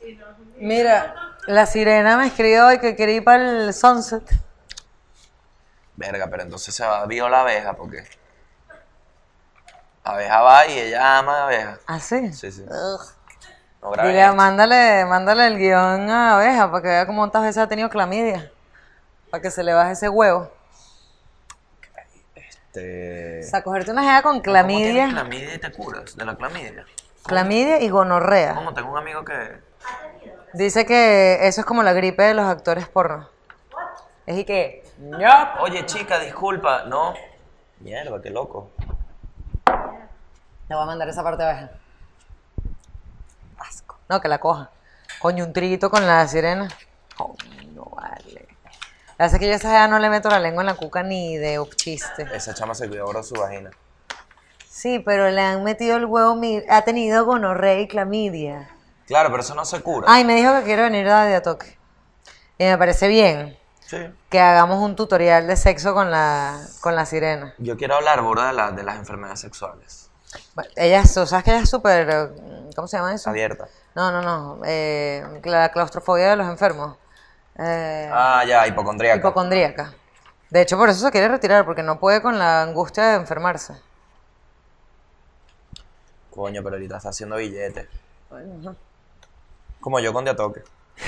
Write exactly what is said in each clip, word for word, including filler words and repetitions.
Mira, la sirena me escribió hoy que quería ir para el sunset. Verga, pero entonces se va a violar la abeja, porque abeja va y ella ama a abeja. ¿Ah, sí? Sí, sí. Ugh. No grabes Dile, esto. mándale, mándale el guión a Abeja para que vea cómo tantas veces ha tenido clamidia. Para que se le baje ese huevo. Este... O sea, cogerte una jeva con ¿Cómo tienes clamidia, clamidia y te curas de la clamidia? clamidia y gonorrea. ¿Cómo? Tengo un amigo que... Dice que eso es como la gripe de los actores porno. Es y que, no. Oye, chica, disculpa, ¿no? Mierda, qué loco. Le voy a mandar esa parte a Abeja. Asco. No, que la coja. Coño, un triguito con la sirena. Coño, vale. Hace que yo a esa jeva no le meto la lengua en la cuca ni de chiste. Esa chama se cuidó ahora su vagina. Sí, pero le han metido el huevo, mi- ha tenido gonorrea y clamidia. Claro, pero eso no se cura. Ay, me dijo que quiere venir a Diatoque. Y me parece bien Sí. que hagamos un tutorial de sexo con la, con la sirena. Yo quiero hablar, Borda, de, la- de las enfermedades sexuales. Bueno, ella, es- ¿sabes que ella es súper, eh, ¿cómo se llama eso? Abierta. No, no, no, eh, la claustrofobia de los enfermos. Eh, Ah, ya, hipocondríaca. hipocondríaca. De hecho, por eso se quiere retirar, porque no puede con la angustia de enfermarse. Coño, pero ahorita está haciendo billetes. Como yo con Diatoque.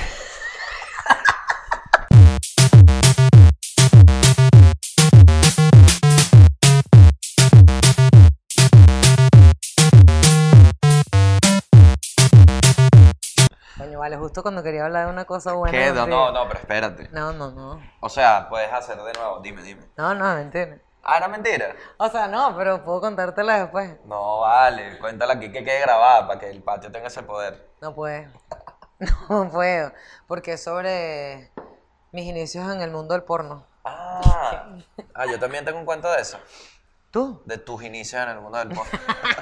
Coño, vale, justo cuando quería hablar de una cosa buena. ¿Qué? No, sí. no, no, pero espérate. No, no, no. O sea, puedes hacer de nuevo. Dime, dime. No, no, mentira. Ah, ¿era mentira? O sea, no, pero puedo contártela después. No, vale. Cuéntala aquí que quede grabada para que el patio tenga ese poder. No puedo. No puedo. Porque es sobre mis inicios en el mundo del porno. Ah, ah, yo también tengo un cuento de eso. ¿Tú? De tus inicios en el mundo del porno.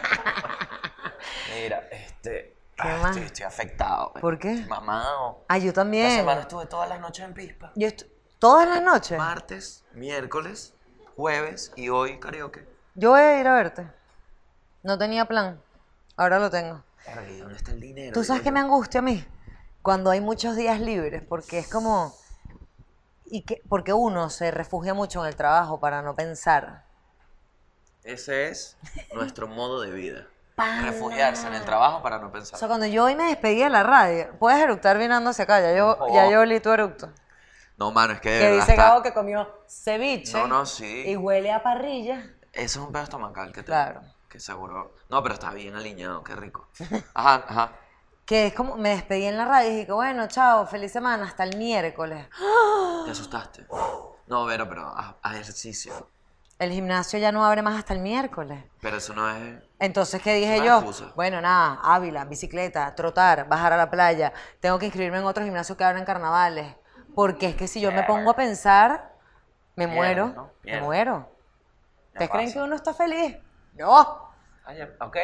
Mira, este... ¿Qué ah, más? estoy, estoy afectado. pues. ¿Por qué? Mamado. Ah, yo Esta también. semana estuve todas las noches en Pispa. Yo estu- ¿Todas las noches? Martes, miércoles, jueves y hoy karaoke. Yo voy a ir a verte. No tenía plan. Ahora lo tengo. Verga, ¿y dónde está el dinero? ¿Tú sabes Digo qué yo. me angustia a mí? Cuando hay muchos días libres, porque es como... Y que, porque uno se refugia mucho en el trabajo para no pensar. Ese es nuestro modo de vida. Pana. Refugiarse en el trabajo para no O pensar. sea, cuando yo hoy me despedí de la radio, puedes eructar vinando hacia acá, ya yo, Oh. ya yo olí tu eructo. No, mano, es que de Que verdad dice está- Gabo que comió ceviche No, no, sí. y huele a parrilla. Eso es un pedo estomacal que te... Claro. Que seguro... No, pero está bien alineado, qué rico. Ajá, ajá. Que es como, me despedí en la radio y dije, bueno, chao, feliz semana, hasta el miércoles. ¿Te asustaste? No, Vero, pero haz, haz ejercicio. El gimnasio ya no abre más hasta el miércoles. Pero eso no es... Entonces, ¿qué dije Una yo? excusa. Bueno, nada, Ávila, bicicleta, trotar, bajar a la playa. Tengo que inscribirme en otro gimnasio que abran carnavales. Porque es que si yo me pongo a pensar, me Pierdes, muero. ¿no? Me Pierdes. muero. Ya ¿Ustedes creen pasa. que uno está feliz? No. Ah, ya, ok.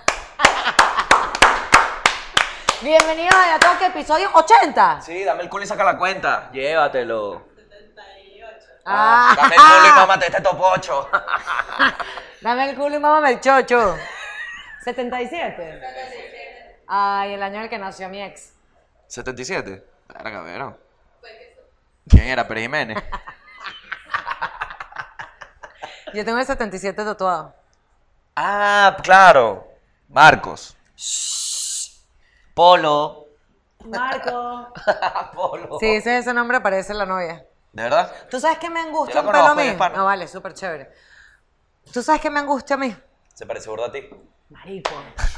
Bienvenidos a Toque, episodio ochenta. Sí, dame el culo y saca la cuenta. Llévatelo. Ah. Dame el culo y mámate este topocho. Dame el culo y mámame el chocho. ¿setenta y siete? Ay, el año en el que nació mi ex. ¿setenta y siete? Verga, Vero. ¿Quién era? Pérez Jiménez. Yo tengo el setenta y siete tatuado. Ah, claro. Marcos. Polo. Marco. Polo. Si dices ese nombre, aparece la novia. ¿De verdad? ¿Tú sabes qué me angustia Yo la un pelo a conozco, mí? ella es pana. No, vale, súper chévere. ¿Tú sabes qué me angustia a mí? Se parece burda a ti. Marico.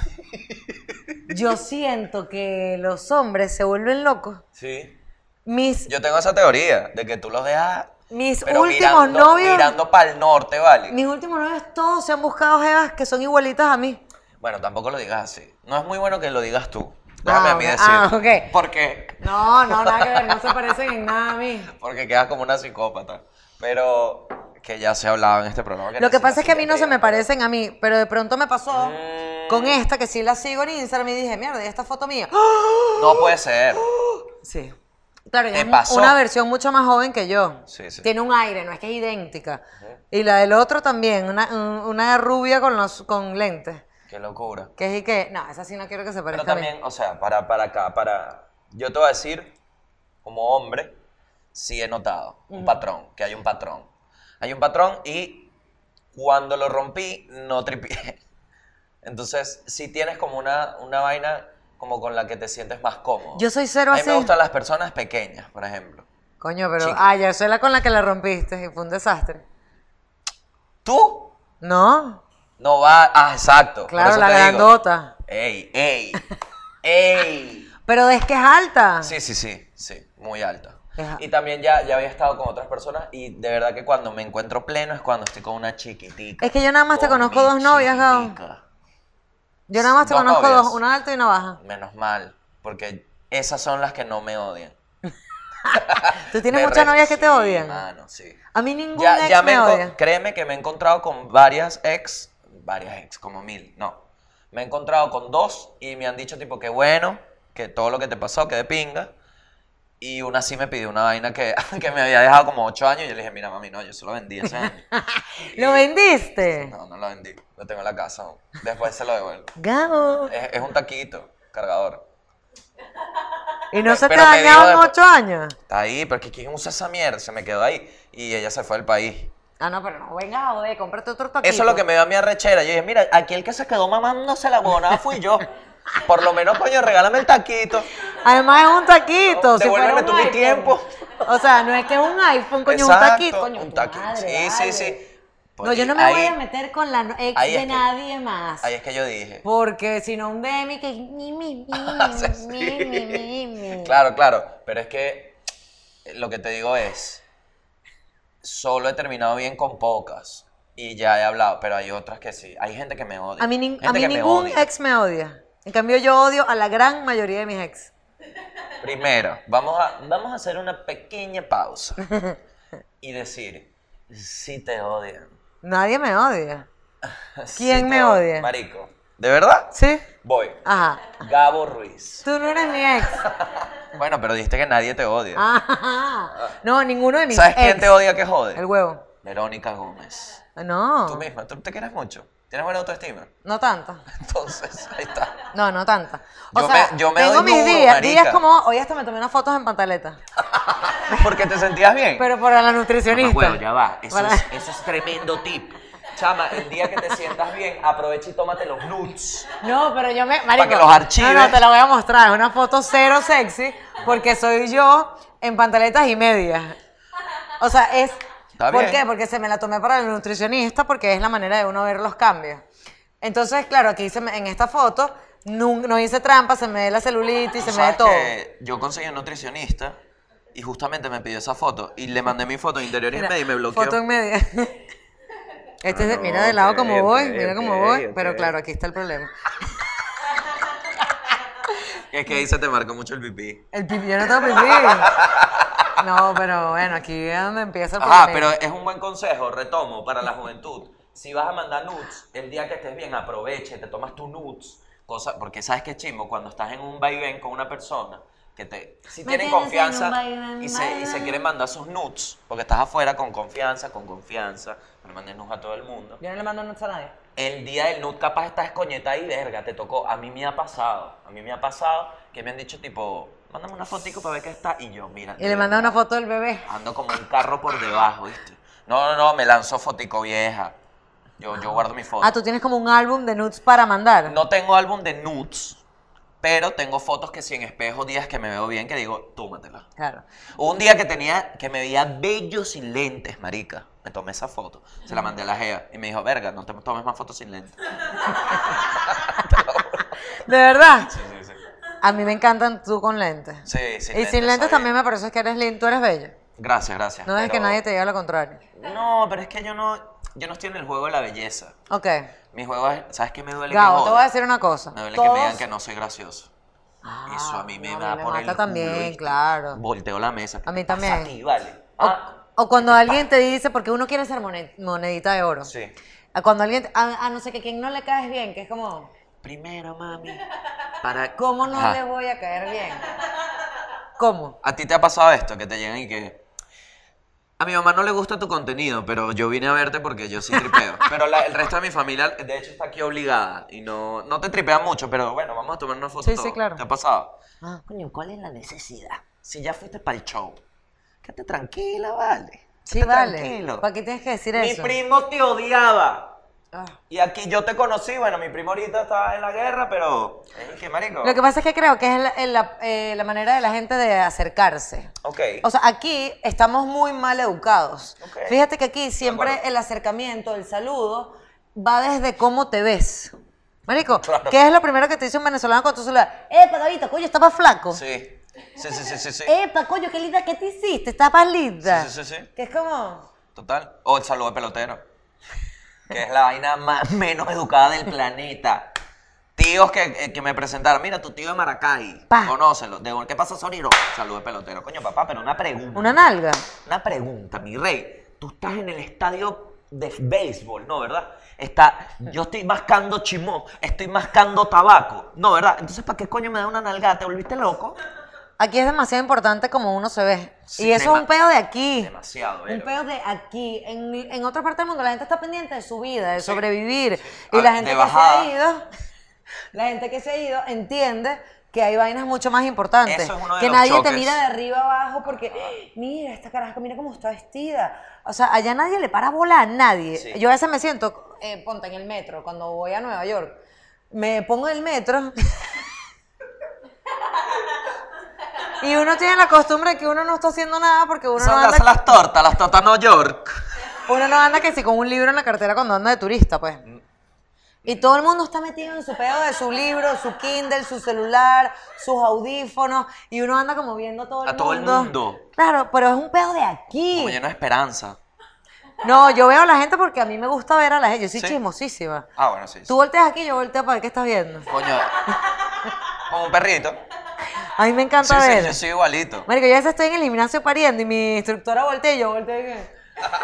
Yo siento que los hombres se vuelven locos. Sí. Mis, Yo tengo esa teoría de que tú los dejas. mis pero últimos mirando, novios. Mirando para el norte, ¿vale? Mis últimos novios todos se han buscado jevas que son igualitas a mí. Bueno, tampoco lo digas así. No es muy bueno que lo digas tú. Déjame Ah, a mí ok. decir. Ah, ok. Porque, No, no, nada que ver, no se parecen en nada a mí. porque quedas como una psicópata. Pero que ya se hablaba en este programa. Lo que necesitas pasa es que a mí no se me psiquiatría. parecen a mí, pero de pronto me pasó Mm. con esta, que sí la sigo en Instagram y dije, mierda, ¿y esta foto mía? No puede ser. Sí. Claro, ella ¿Te es pasó? una versión mucho más joven que yo. Sí, sí. Tiene un aire, no es que es idéntica. Y la del otro también, una, un- una rubia con, los, con lentes. Qué locura. Que es y que, no, esa sí no quiero que se Pero parezca a mí. también, o sea, para, para acá, para... Yo te voy a decir, como hombre, sí he notado un patrón, que hay un patrón. Hay un patrón y cuando lo rompí, no tripié. Entonces, sí tienes como una, una vaina como con la que te sientes más cómodo. Yo soy cero A mí así. me gustan las personas pequeñas, por ejemplo. Coño, pero, Chica. ah, ya soy la con la que la rompiste y fue un desastre. ¿Tú? ¿No? No va... Ah, exacto. por Claro, eso la te digo. grandota. Ey, ey, ey. Pero es que es alta. Sí, sí, sí, sí, muy alta. Ajá. Y también ya, ya había estado con otras personas y de verdad que cuando me encuentro pleno es cuando estoy con una chiquitica. Es que yo nada más te Con conozco mi dos novias, Gabo. chiquitica. Yo nada más te Dos conozco novias. dos, una alta y una baja. Menos mal, porque esas son las que no me odian. ¿Tú tienes De muchas resto, novias que te sí, odian? Mano, sí. A mí ningún Ya, ex ya me me enco- odia. créeme que me he encontrado con varias ex, varias ex, como mil, no. Me he encontrado con dos y me han dicho tipo que bueno, que todo lo que te pasó, que de pinga. Y una sí me pidió una vaina que, que me había dejado como ocho años y yo le dije, mira mami, no, yo se lo vendí ese año. ¿Lo vendiste? No, no lo vendí, lo tengo en la casa aún. Después se lo devuelvo. Gabo. Es, es un taquito, cargador. ¿Y no Pe- se te pero me dijo dañaban después- ocho años? Está ahí, pero es que ¿quién usa esa mierda? Se me quedó ahí y ella se fue del país. Ah, no, pero no vengas a joder, cómprate otro taquito. Eso es lo que me dio a mí arrechera. Yo dije, mira, aquí el que se quedó mamándose la huevonada fui yo. Por lo menos, coño, regálame el taquito. Además es un taquito. si fuera Devuélveme un tú mi iPhone. tiempo. O sea, no es que es un iPhone, coño, Exacto, un taquito. Coño, un tu taquito. madre, Sí, sí, vale. sí. Pues, No, yo no me ahí- voy a meter con la no- ex ahí de es que- nadie más. Ahí es que yo dije. Porque si no, un D M que... Mi, mi, mi, Sí. mi, mi, mi, mi. Claro, claro. Pero es que lo que te digo es, solo he terminado bien con pocas. Y ya he hablado, pero hay otras que sí. Hay gente que me odia. A mí, nin- Gente a mí que me ningún odia. ex me odia. En cambio, yo odio a la gran mayoría de mis ex. Primero, vamos a, vamos a hacer una pequeña pausa. Y decir, si te odian. Nadie me odia. Sí ¿Quién te me odian. odia? Marico. ¿De verdad? ¿Sí? Voy. Ajá. Gabo Ruiz. Tú no eres mi ex. Bueno, pero dijiste que nadie te odia. Ajá. No, ninguno de mis ¿Sabes quién ex. te odia que jode? El huevo. Verónica Gómez. No. Tú misma, tú te quieres mucho. ¿Tienes buena autoestima? No tanto. Entonces, ahí está. No, no tanta. O Yo sea, me- yo me tengo doy mis duro, días. marica. Días como hoy hasta me tomé unas fotos en pantaleta. Porque te sentías bien. Pero para la nutricionista. Mamá, huevo, ya va. Eso, Para- es, eso es tremendo tip. Chama, el día que te sientas bien, aprovecha y tómate los nudes. No, pero yo me. Marico, que los archives. No, no, te la voy a mostrar. Es una foto cero sexy porque soy yo en pantaletas y medias. O sea, es. Está ¿Por bien. qué? Porque se me la tomé para el nutricionista porque es la manera de uno ver los cambios. Entonces, claro, aquí se me- en esta foto no, no hice trampa, se me ve la celulitis, se Tú me ve sabes todo. que yo conseguí un nutricionista y justamente me pidió esa foto y le mandé mi foto de interior y Mira, medio y me bloqueó. foto en media. Este es de- Ah, no, mira de lado ok, como voy, ok, mira cómo ok, voy, ok. pero claro, aquí está el problema. Es que ahí se te marcó mucho el pipí. El pipí, yo no tengo pipí. No, pero bueno, aquí es donde empieza el Ajá, problema. pero es un buen consejo, retomo, para la juventud. Si vas a mandar nudes, el día que estés bien, aproveche, te tomas tu nudes. Cosa, porque sabes que chimbo, cuando estás en un vaivén con una persona que te, si Me tienen tienes en confianza un vaivén, y se, y se vaivén. quieren mandar sus nudes, porque estás afuera con confianza, con confianza, no le mandes nudes a todo el mundo. Yo no le mando nudes a nadie. El día del nude capaz estás escoñetada y verga, te tocó. A mí me ha pasado, a mí me ha pasado que me han dicho tipo, mándame una fotico para ver qué está. Y yo, mira. Y le manda una foto del bebé. Ando como un carro por debajo, ¿viste? No, no, no, me lanzó fotico vieja. Yo, yo guardo mi foto. Ah, tú tienes como un álbum de nudes para mandar. No tengo álbum de nudes, pero tengo fotos que si en espejo, días que me veo bien, que digo, tómatela. Claro. Hubo un día que tenía, que me veía bello sin lentes, marica. Me tomé esa foto, se la mandé a la Gea y me dijo, verga, no te tomes más fotos sin lentes. ¿De verdad? Sí, sí, sí. A mí me encantan tú con lentes. Sí, sin Y sin lentes está también bien. me parece que eres lindo, tú eres bello. Gracias, gracias. No es que pero- nadie te diga lo contrario. No, pero es que yo no, yo no estoy en el juego de la belleza. Ok. Mi juego es, ¿sabes qué me duele Gabo, que te jode? voy a decir una cosa. Me duele Todos- que me digan que no soy gracioso. Ah, Eso a mí me no, da me por el mata culo, también, ¿viste? claro. Volteo la mesa. ¿Qué A mí te pasa también. a ti, vale? O, Ah, o cuando alguien te dice, porque uno quiere ser monet- monedita de oro. sí. A Cuando alguien, te- a, a no sé que quien no le caes bien, que es como, Primero, mami, para... ¿cómo no Ajá. le voy a caer bien? ¿Cómo? ¿A ti te ha pasado esto? Que te llegan y que... A mi mamá no le gusta tu contenido, pero yo vine a verte porque yo sí tripeo. Pero la- el resto de mi familia, de hecho, está aquí obligada. Y no, no te tripean mucho, pero bueno, vamos a tomar una foto Sí, sí, todos. claro. ¿Te ha pasado? Ah, Coño, ¿cuál es la necesidad? Si ya fuiste para el show, quédate tranquila, vale. sí, Quédate vale. tranquilo. ¿Para qué tienes que decir Mi eso? primo te odiaba. Ah. Y aquí yo te conocí, bueno, mi primo ahorita está en la guerra, pero... Es que, marico... Lo que pasa es que creo que es la, en la- eh, la manera de la gente de acercarse. Ok. O sea, aquí estamos muy mal educados. Ok. Fíjate que aquí siempre acuerdo. el acercamiento, el saludo, va desde cómo te ves. Marico, Claro. ¿qué es lo primero que te dice un venezolano con tu celular? ¡Epa, Gavita, coño, estabas flaco! Sí. Sí, sí, sí, sí, sí. ¡Epa, coño, qué linda que te hiciste! Estabas linda. Sí, sí, sí, sí. Que es como... Total. O el saludo de pelotero. Que es la vaina más, menos educada del planeta. Tíos que, eh, que me presentaron. Mira, tu tío de Maracay. Pa. Conócelo. De, ¿qué pasa, Soriro? Saludo de pelotero. Coño, papá, pero una pregunta. Una nalga. Una pregunta, mi rey. Tú estás en el estadio de béisbol, ¿no, verdad? Está, yo estoy mascando chimó, estoy mascando tabaco, ¿no, verdad? Entonces, ¿para qué coño me da una nalgada? ¿Te volviste loco? Aquí es demasiado importante como uno se ve. Sí, y eso dema- es un pedo de aquí. Demasiado, Un ¿verdad? pedo de aquí. En, en otra parte del mundo la gente está pendiente de su vida, de Sí. sobrevivir. Ah, Y la de gente que bajada. se ha ido, la gente que se ha ido entiende que hay vainas mucho más importantes. Eso es uno de que los nadie te choques. mira de arriba abajo porque, mira, esta caraja, mira cómo está vestida. O sea, allá nadie le para bola a nadie. Sí. Yo a veces me siento, eh, ponte en el metro, cuando voy a Nueva York, me pongo en el metro. Y uno tiene la costumbre de que uno no está haciendo nada porque uno Son no las, anda, las tortas, las tortas New York. uno no anda que si con un libro en la cartera cuando anda de turista, pues. Y todo el mundo está metido en su pedo de su libro, su Kindle, su celular, sus audífonos, y uno anda como viendo a todo el A mundo. todo el mundo. Claro, pero es un pedo de aquí. Como lleno de esperanza. No, yo veo a la gente porque a mí me gusta ver a la gente. Yo soy ¿Sí? chismosísima. Ah, bueno, sí. sí. Tú volteas aquí, yo volteo para ver qué estás viendo. Coño, como un perrito. A mí me Sí, encanta sí, ver. yo soy igualito. Marico, yo a veces estoy en el gimnasio pariendo y mi instructora voltea y yo volteo y ¿qué?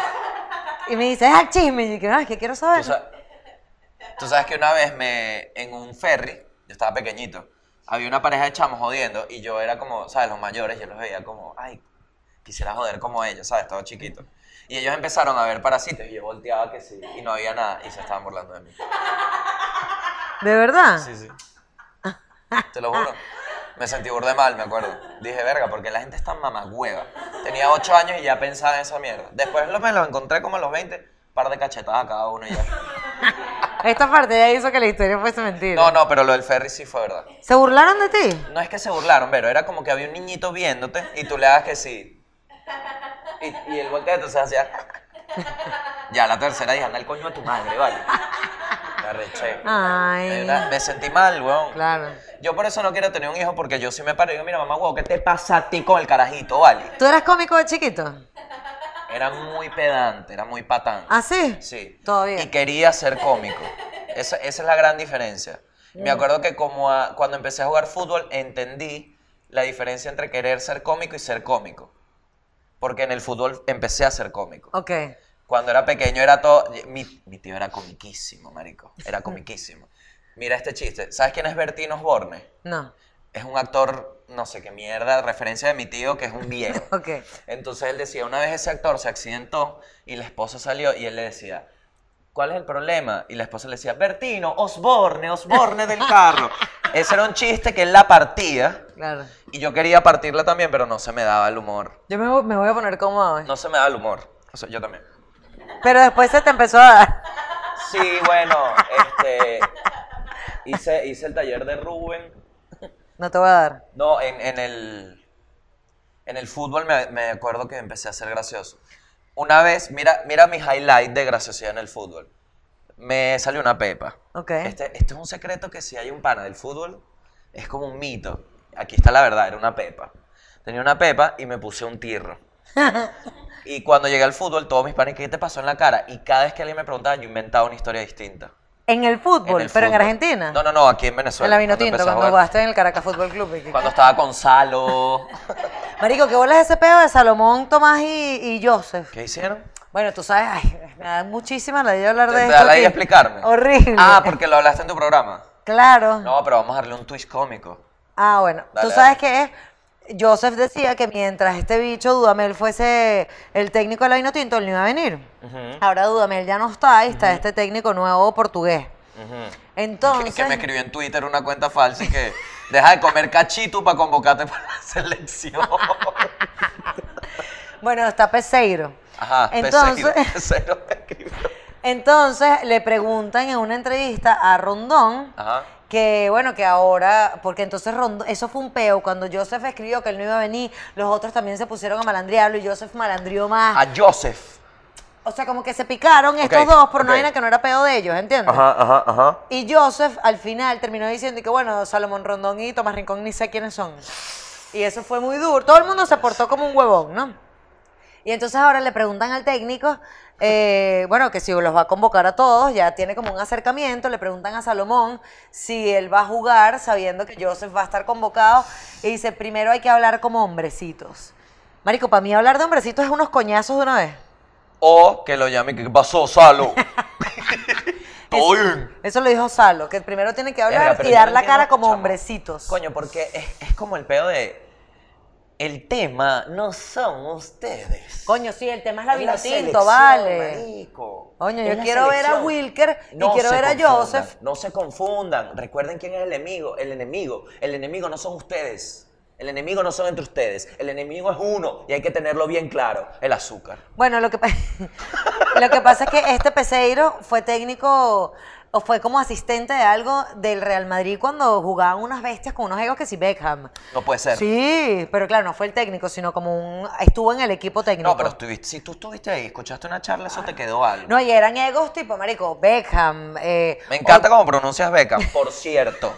Y me dice, es al chisme. Y yo, no, es que quiero saber. Tú, sa- tú sabes que una vez me en un ferry, yo estaba pequeñito, había una pareja de chamos jodiendo y yo era como, ¿sabes? Los mayores, yo los veía como, ay, quisiera joder como ellos, ¿sabes? Estaba chiquito. Y ellos empezaron a ver Parásitos y yo volteaba que sí, y no había nada y se estaban burlando de mí. ¿De verdad? Sí, sí. Te lo juro. Me sentí burde mal, me acuerdo. Dije, verga, porque la gente es tan mamagüeva. Tenía ocho años y ya pensaba en esa mierda. Después lo- me lo encontré como a los veinte, par de cachetadas a cada uno y ya. Esta parte ya hizo que la historia fuese mentira. No, no, pero lo del ferry sí fue verdad. ¿Se burlaron de ti? No es que se burlaron, pero era como que había un niñito viéndote y tú le das que sí. Y, y el volteo entonces hacía... Ya, la tercera dije, anda el coño a tu madre, vale. Me arreché. Ay. De verdad, me sentí mal, weón. Claro. Yo por eso no quiero tener un hijo porque yo sí me paro y digo, mira, mamá, weón, ¿qué te pasa a ti con el carajito, vale? ¿Tú eras cómico de chiquito? Era muy pedante, era muy patán. ¿Ah, sí? Sí. Todavía. Y quería ser cómico. Esa, esa es la gran diferencia. Me acuerdo que como a- cuando empecé a jugar fútbol entendí la diferencia entre querer ser cómico y ser cómico. Porque en el fútbol empecé a ser cómico. Ok. Cuando era pequeño era todo... Mi, mi tío era comiquísimo, marico. Era comiquísimo. Mira este chiste. ¿Sabes quién es Bertín Osborne? No. Es un actor, no sé qué mierda, referencia de mi tío, que es un viejo. Ok. Entonces él decía, una vez ese actor se accidentó y la esposa salió y él le decía, ¿cuál es el problema? Y la esposa le decía, Bertino, Osborne, Osborne del carro. Ese era un chiste que él la partía Claro. y yo quería partirla también, pero no se me daba el humor. Yo me, voy- me voy a poner cómodo hoy. No se me daba el humor. O sea, yo también. Pero después se te empezó a dar. Sí, bueno, este... Hice, hice el taller de Rubén. No te voy a dar. No, en, en el... En el fútbol me, me acuerdo que empecé a ser gracioso. Una vez, mira, mira mi highlight de graciosidad en el fútbol. Me salió una pepa. Ok. Este, este es un secreto que si hay un pana del fútbol, es como un mito. Aquí está la verdad, era una pepa. Tenía una pepa y me puse un tirro. Y cuando llegué al fútbol, todos mis panes, ¿qué te pasó en la cara? Y cada vez que alguien me preguntaba, yo inventaba una historia distinta. En el fútbol, En el pero en fútbol. Argentina. No, no, no, aquí en Venezuela. En la Vino cuando Tinto, empecé a cuando jugar. jugaste en el Caracas Fútbol Club. y que- Cuando estaba con Salo. Marico, ¿qué bolas ese pedo de Salomón, Tomás y, y Joseph? ¿Qué hicieron? Bueno, tú sabes, ay, me da muchísima la idea de hablar ¿Te, de te esto da la aquí. idea explicarme? Horrible. Ah, porque lo hablaste en tu programa. Claro. No, pero vamos a darle un twist cómico. Ah, bueno. Dale, tú sabes dale. que es Joseph decía que mientras este bicho Dudamel fuese el técnico de la Vinotinto, él no iba a venir. Ujú. Ahora Dudamel ya no está y está este técnico nuevo portugués. Ujú. Entonces, Que, que me escribió en Twitter una cuenta falsa y que deja de comer cachito para convocarte para la selección. bueno, está Peseiro. Ajá, Entonces, Peseiro, Peseiro me escribió. entonces le preguntan en una entrevista a Rondón Ajá. que, bueno, que ahora, porque entonces Rondón, eso fue un peo, cuando Joseph escribió que él no iba a venir, los otros también se pusieron a malandrearlo y Joseph malandrió más. A Joseph. O sea, como que se picaron estos Ok, dos por una ok. vaina que no era peo de ellos, ¿entiendes? Ajá, ajá, ajá. Y Joseph al final terminó diciendo que, bueno, Salomón Rondón y Tomás Rincón ni sé quiénes son. Y eso fue muy duro. Todo el mundo se portó como un huevón, ¿no? Y entonces ahora le preguntan al técnico, eh, bueno, que si los va a convocar a todos, ya tiene como un acercamiento, le preguntan a Salomón si él va a jugar sabiendo que Joseph va a estar convocado. Y dice, primero hay que hablar como hombrecitos. Marico, para mí hablar de hombrecitos es unos coñazos de una vez. O que lo llame, ¿qué pasó, Salo? Todo bien. Eso lo dijo Salo, que primero tiene que hablar Verga, pero y yo dar no la entiendo, cara como chamo. hombrecitos. Coño, porque es, es como el pedo de... El tema no son ustedes. Coño, sí, el tema es la Es vino tinto, selección, vale. marico. Coño, Es yo la quiero ver a selección. Wilker y No quiero se ver a confundan, Joseph. No se confundan. Recuerden quién es el enemigo. El enemigo. El enemigo no son ustedes. El enemigo no son entre ustedes. El enemigo es uno y hay que tenerlo bien claro. El azúcar. Bueno, lo que, pa- lo que pasa es que este Peseiro fue técnico o fue como asistente de algo del Real Madrid cuando jugaban unas bestias con unos egos que sí Beckham. No puede ser. Sí, pero claro, no fue el técnico, sino como un... Estuvo en el equipo técnico. No, pero estuviste, si tú estuviste ahí, escuchaste una charla, eso te quedó algo. No, y eran egos tipo, marico, Beckham. Eh, Me encanta cómo pronuncias Beckham, por cierto.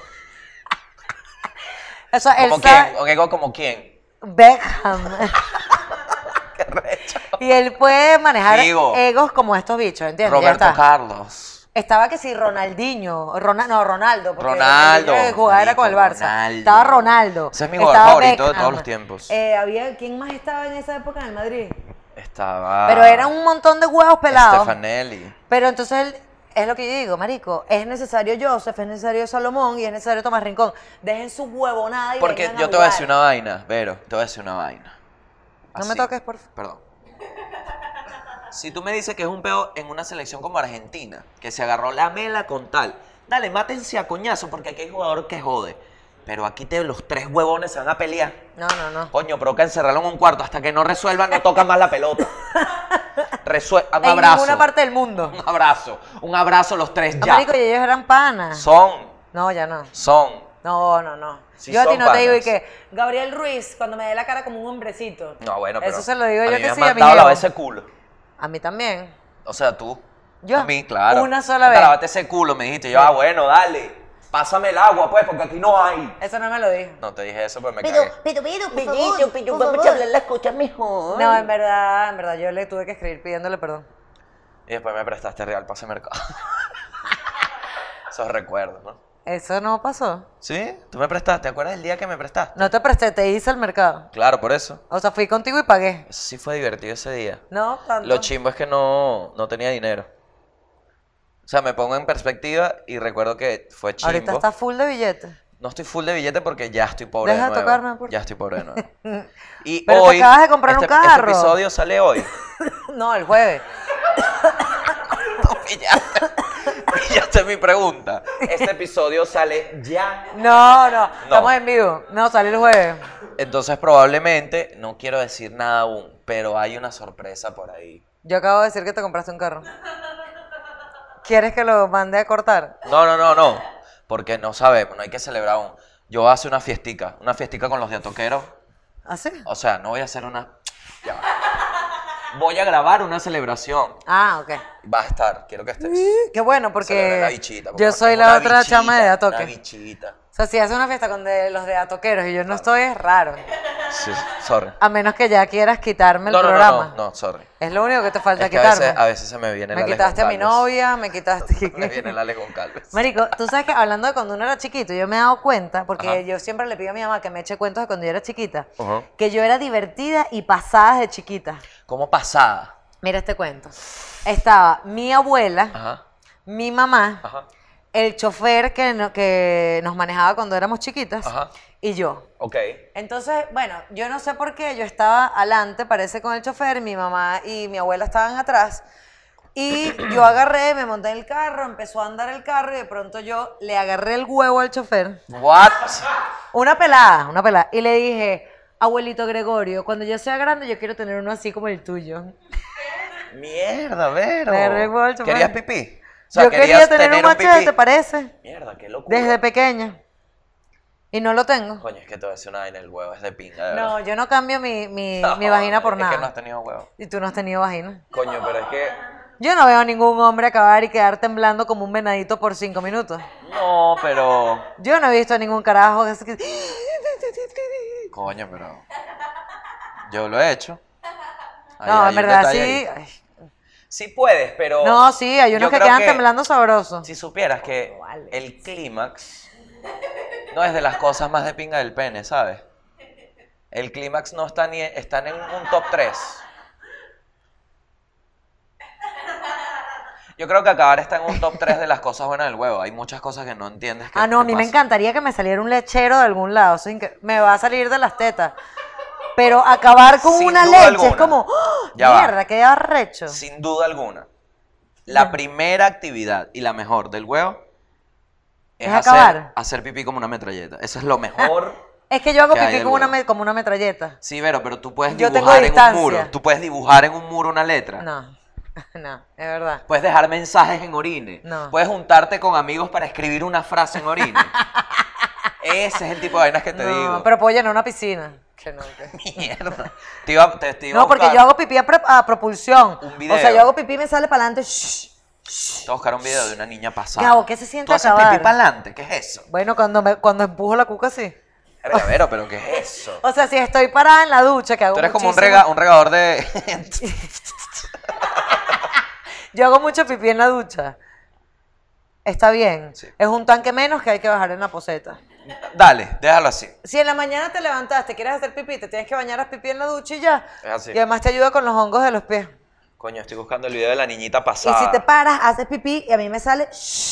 o sea, él ¿Como sabe- quién? ¿O digo como quién? Beckham. Qué recho. Y él puede manejar Figo. egos como estos bichos, ¿entiendes? Ya Roberto está. Carlos. Estaba que sí, Ronaldinho. Rona- no, Ronaldo. Porque Ronaldo, el que jugaba era con el marico, Barça. Ronaldo. Estaba Ronaldo. Ese es mi jugador estaba favorito de Beckham. todos los tiempos. Eh, había, ¿quién más estaba en esa época en el Madrid? Estaba... Pero eran un montón de huevos pelados. Stefanelli. Pero entonces él, es lo que yo digo, marico, es necesario Joseph, es necesario Salomón y es necesario Tomás Rincón. Dejen su huevonada y Porque vengan yo a te voy a jugar. decir una vaina, Vero, te voy a decir una vaina. No me Así. toques, por favor. Perdón. Si tú me dices que es un peo en una selección como Argentina, que se agarró la mela con tal, dale, mátense a coñazo porque aquí hay jugador que jode. Pero aquí te, los tres huevones se van a pelear. No, no, no. Coño, pero que encerrarlo en un cuarto hasta que no resuelvan, no tocan más la pelota. Resue un En abrazo. ninguna parte del mundo. Un abrazo. Un abrazo los tres Ah, ya. marico, y ellos eran panas. Son, No, ya no. son. No, no, no. Sí yo a ti son no te digo y panas. que Gabriel Ruiz, cuando me dé la cara como un hombrecito. No, bueno, pero... Eso se lo digo yo a mí que me has sí, a mi mandado a lavar jevo. ese culo. A mí también. O sea, tú. Yo. A mí, claro. Una sola Te vez. lavaste ese culo, me dijiste. Yo, ah, bueno, dale. Pásame el agua, pues, porque aquí no hay. Eso no me lo dijo. No te dije eso, pero me Pero, cagué. pero, pero, por Pellito, favor, pillo, por vamos favor. a hablar las cosas mejor. No, en verdad, en verdad, yo le tuve que escribir pidiéndole perdón. Y después me prestaste real pase mercado. Esos recuerdos, ¿no? Eso no pasó. ¿Sí? ¿Tú me prestaste? ¿Te acuerdas del día que me prestaste? No te presté, te hice el mercado. Claro, por eso. O sea, fui contigo y pagué. Eso sí fue divertido ese día. No, tanto. Lo chimbo es que no, no tenía dinero. O sea, me pongo en perspectiva y recuerdo que fue chimbo. Ahorita está full de billetes. No estoy full de billete porque ya estoy pobre Deja de de nuevo. tocarme, por Ya estoy pobre de nuevo. Y Pero te hoy, acabas de comprar un este, carro. Este episodio sale hoy. No, el jueves. Pillaste, pillaste mi pregunta. Este episodio sale ya. No, no, estamos en vivo. No, sale el jueves. Entonces probablemente, no quiero decir nada aún, pero hay una sorpresa por ahí. Yo acabo de decir que te compraste un carro. ¿Quieres que lo mande a cortar? No, no, no, no. Porque no sabemos, no hay que celebrar aún. Yo voy a hacer una fiestica, una fiestica con los de Atoqueros. ¿Así? O sea, no voy a hacer una... Ya va. Voy a grabar una celebración. Ah, ok. Va a estar, quiero que estés. Qué bueno, Celebrar la porque bichita, porque yo soy una la otra bichita, chama de Una Atoque. bichita. O sea, si hace una fiesta con de- los de Atoqueros y yo no estoy, es raro. Sí, sorry. A menos que ya quieras quitarme el No, no, no, programa. no, no, sorry. Es lo único que te falta Es que a quitarme. veces, a veces se me viene me la quitaste a mi novia, me quitaste... Me viene la con Calves. Marico, tú sabes que hablando de cuando uno era chiquito, yo me he dado cuenta, porque Ajá. yo siempre le pido a mi mamá que me eche cuentos de cuando yo era chiquita, Ajá. que yo era divertida y pasada de chiquita. ¿Cómo pasada? Mira este cuento. Estaba mi abuela, Ajá, mi mamá, ajá, el chofer que, no- que nos manejaba cuando éramos chiquitas ajá. y yo. Ok. Entonces, bueno, yo no sé por qué, yo estaba adelante, parece con el chofer, mi mamá y mi abuela estaban atrás, y yo agarré, me monté en el carro, empezó a andar el carro y de pronto yo le agarré el huevo al chofer. What? Una pelada, una pelada, y le dije, abuelito Gregorio, cuando yo sea grande yo quiero tener uno así como el tuyo. Mierda, Vero. Me agarré el huevo al chofer. ¿Querías pipí? O sea, Yo quería ¿querías tener un machete, pipí? ¿te parece? Mierda, qué locura. Desde pequeña. Y no lo tengo. Coño, es que te voy a decir una vaina, el huevo es de pinga, de verdad. No, yo no cambio mi, mi, No, mi vagina por es nada. que no has tenido huevo. Y tú no has tenido vagina. Coño, pero es que... Yo no veo a ningún hombre acabar y quedar temblando como un venadito por cinco minutos. No, pero... Yo no he visto a ningún carajo que... se- Coño, pero... Yo lo he hecho. Ahí No, hay en un verdad detalle sí. ahí. Ay. Sí puedes, pero... No, sí, hay unos yo que creo quedan temblando sabroso. Si supieras que el clímax no es de las cosas más de pinga del pene, ¿sabes? El clímax no está ni... Están en un top tres. Yo creo que acabar está en un top tres de las cosas buenas del huevo. Hay muchas cosas que no entiendes que Ah, no, a mí me pasan. encantaría que me saliera un lechero de algún lado. Sin que me va a salir de las tetas. Pero acabar con Sin una duda leche alguna. es como... ¡oh! Ya va. Mierda, qué arrecho. Sin duda alguna. La primera actividad y la mejor del huevo es, ¿Es hacer, acabar? hacer pipí como una metralleta. Eso es lo mejor. Es que yo hago que hay pipí del como una, huevo. me- como una metralleta. Sí, Vero, pero tú puedes Yo tengo dibujar en un distancia. muro. Tú puedes dibujar en un muro una letra. No, no, es verdad. Puedes dejar mensajes en orine. No. Puedes juntarte con amigos para escribir una frase en orine. Ese es el tipo de vainas que te No, digo. pero puedo llenar una piscina. Que no, que- Mierda. Te iba, te, te iba No, a porque buscar- yo hago pipí a, pre- a propulsión. Un video. O sea, yo hago pipí y me sale para adelante. Te voy a buscar un video de una niña pasada. Gabo, ¿qué se siente ¿Tú haces acabar? pipí para adelante? ¿Qué es eso? Bueno, cuando, me, cuando empujo la cuca, sí. Verga, Vero, pero ¿qué es eso? O sea, si estoy parada en la ducha, que hago Tú eres como un, muchísimo- rega, un regador de... Yo hago mucho pipí en la ducha. Está bien. Sí. Es un tanque menos que hay que bajar en la poseta. Dale, déjalo así. Si en la mañana te levantaste, quieres hacer pipí, te tienes que bañar a pipí en la ducha y ya. Es así. Y además te ayuda con los hongos de los pies. Coño, estoy buscando el video de la niñita Y pasada. si te paras, haces pipí y a mí me sale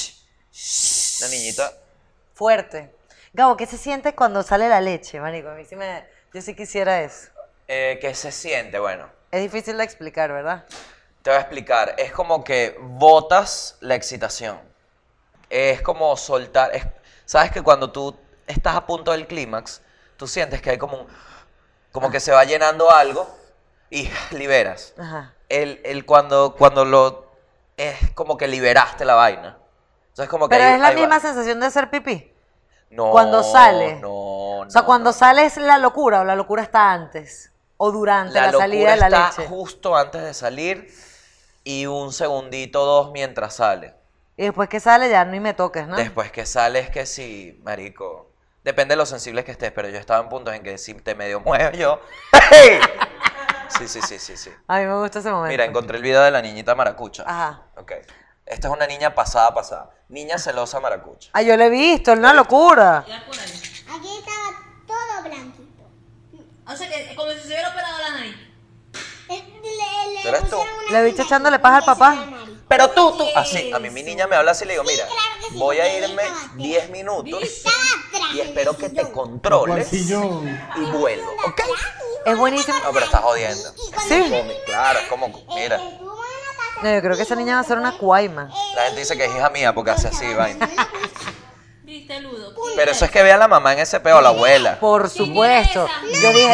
La niñita... fuerte. Gabo, ¿qué se siente cuando sale la leche, marico? A mí sí me... Yo sí quisiera eso. Eh, ¿Qué se siente? Bueno, Es difícil de explicar, ¿verdad? te voy a explicar. Es como que botas la excitación. Es como soltar... es- ¿Sabes que cuando tú estás a punto del clímax, tú sientes que hay como un... Como que se va llenando algo y liberas. Ajá. El, el cuando, cuando lo... Es como que liberaste la vaina. Entonces como que Pero ahí- es la ahí va. misma sensación de hacer pipí. No, cuando sale. No, O sea, no, cuando no. sale es la locura o la locura está antes. O durante la, La salida locura de la está leche. justo antes de salir y un segundito, dos mientras sale. Y después que sale ya ni me toques, ¿no? Después que sale es que sí, marico. Depende de lo sensible que estés, pero yo estaba en puntos en que si te medio muevo yo... ¡Hey! Sí, sí, sí, sí, sí. A mí me gusta ese momento. Mira, encontré el video de la niñita maracucha. Ajá. Ok. Esta es una niña pasada, pasada. Niña celosa maracucha. Ah, yo lo he visto, es una locura. Ya por ahí. Aquí estaba todo blanquito. O sea que como si se hubiera operado la nariz. Le, le, ¿Tú eres tú? pusieron una Le viste cinta echándole aquí, paja al porque papá. se ve nariz. Pero tú, tú... Así, a mí mi niña me habla así y le digo, mira, claro que sí, voy a porque irme ella estaba diez minutos Estaba atrás y en el espero que te sillón. controles Cuartillo. y vuelvo, ¿ok? Es buenísimo. No, pero estás jodiendo. Y cuando Sí. ella Como- Claro, es como, eh, mira, estuvo en la casa, No, yo creo que esa niña va a ser una cuaima. la gente dice que es hija mía porque hace así, vaina. Viste, Ludo. Pero eso es que ve a la mamá en ese peo, la abuela. Por supuesto. ¿Quién es Yo dije,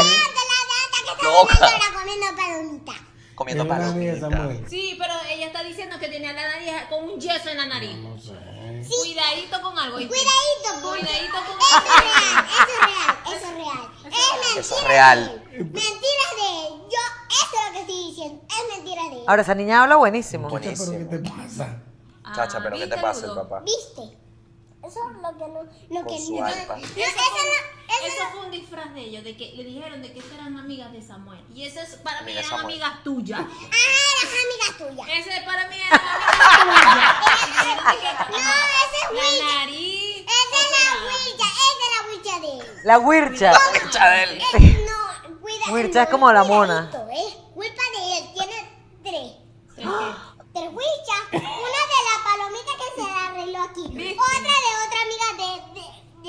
Loca. estaba comiendo palomita. Comiendo Es una amiga de palomita. Samuel. Sí, pero ella está diciendo que tenía la nariz con un yeso en la nariz. No sé. Cuidadito con algo. ¿viste? Cuidadito, porque Cuidadito con eso es real, eso es real, eso es real. Es mentira Eso es real. de él. Mentiras de él. Yo, eso es lo que estoy diciendo. Es mentira de él. ahora esa niña habla buenísimo. Bueno. ¿Pero qué te Buenísimo. pasa? Ah, Chacha, pero ¿qué te ¿viste, pasa el Ludo? papá? ¿Viste? Eso es lo que no. Lo Con que su no. iPad. No, eso Eso no. fue, Eso eso fue un disfraz de ellos, de que le dijeron de que esas eran amigas de Samuel. Y eso es para mí Amiga de eran Samuel. amigas tuyas. no. Ah, las amigas tuyas. Ese para mí eran amigas tuyas. No, ese es La Wilja. nariz. Esa es la Wilja. Esa es la Wilja de él. La huircha. Echa de él. Eh, no, cuida. Wilja es no, como la mona. cuidadito, Es culpa de él. Tiene tres. ¿Tres qué? Tres Wiljas. Una de la palomita que se la arregló aquí. ¿Viste? Otra de otra amiga de, de, de él.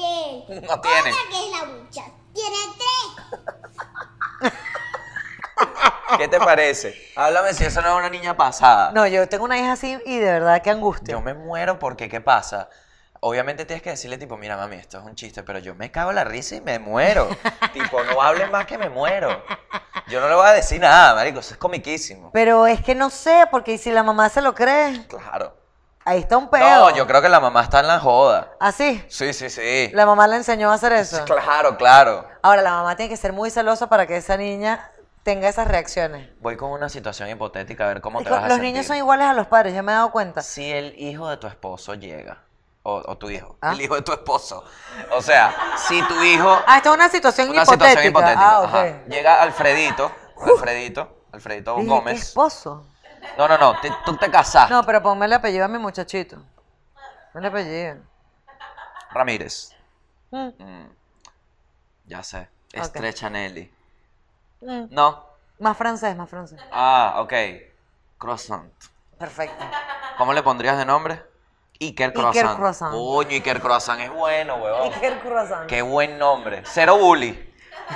No tiene. Otra que es la mucha. Tiene tres. ¿Qué te parece? Háblame si eso no es una niña pasada. No, yo tengo una hija así y de verdad qué angustia. Yo me muero porque, ¿qué pasa? Obviamente tienes que decirle, tipo, mira, mami, esto es un chiste, pero yo me cago en la risa y me muero. Tipo, no hables más que me muero. Yo no le voy a decir nada, marico, eso es comiquísimo. Pero es que no sé, porque ¿y si la mamá se lo cree? Claro. Ahí está un peo. No, yo creo que la mamá está en la joda. ¿Así? Sí, sí, sí. La mamá le enseñó a hacer eso. Claro, claro. Ahora, la mamá tiene que ser muy celosa para que esa niña tenga esas reacciones. Voy con una situación hipotética a ver cómo Es te que vas a los sentir. niños son iguales a los padres, ya me he dado cuenta. Si el hijo de tu esposo llega, o, o tu hijo, ¿Ah? el hijo de tu esposo. O sea, si tu hijo... Ah, esto es una situación Una hipotética. situación hipotética. Ah, ok. ajá. Llega Alfredito, Alfredito, Alfredito Dije, ¿qué Gómez. esposo? No, no, no, te- tú te casaste. No, pero ponme el apellido a mi muchachito. Ponme el apellido. Ramírez. Mm, Mm, ya sé. Ok. Estrechanelli. mm. No. Más francés, más francés. Ah, ok. Croissant. Perfecto. ¿Cómo le pondrías de nombre? Iker Iker Croissant. Croissant. Coño, Iker Croissant es bueno, weón. Iker Croissant. Qué buen nombre. Cero bully.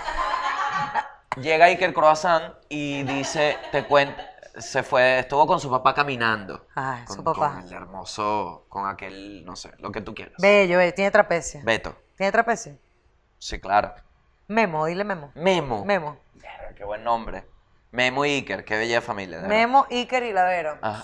Llega Iker Croissant y dice, te cuento, se fue, estuvo con su papá caminando. Ay, con, su papá. Con el hermoso, con aquel, no sé, lo que tú quieras. Bello, bello. Tiene trapecio. Beto. ¿Tiene trapecio? Sí, claro. Memo, dile Memo. Memo. Memo. Verga, qué buen nombre. Memo y Iker, qué bella familia. de verdad. Memo, Iker y Lavero. Ah.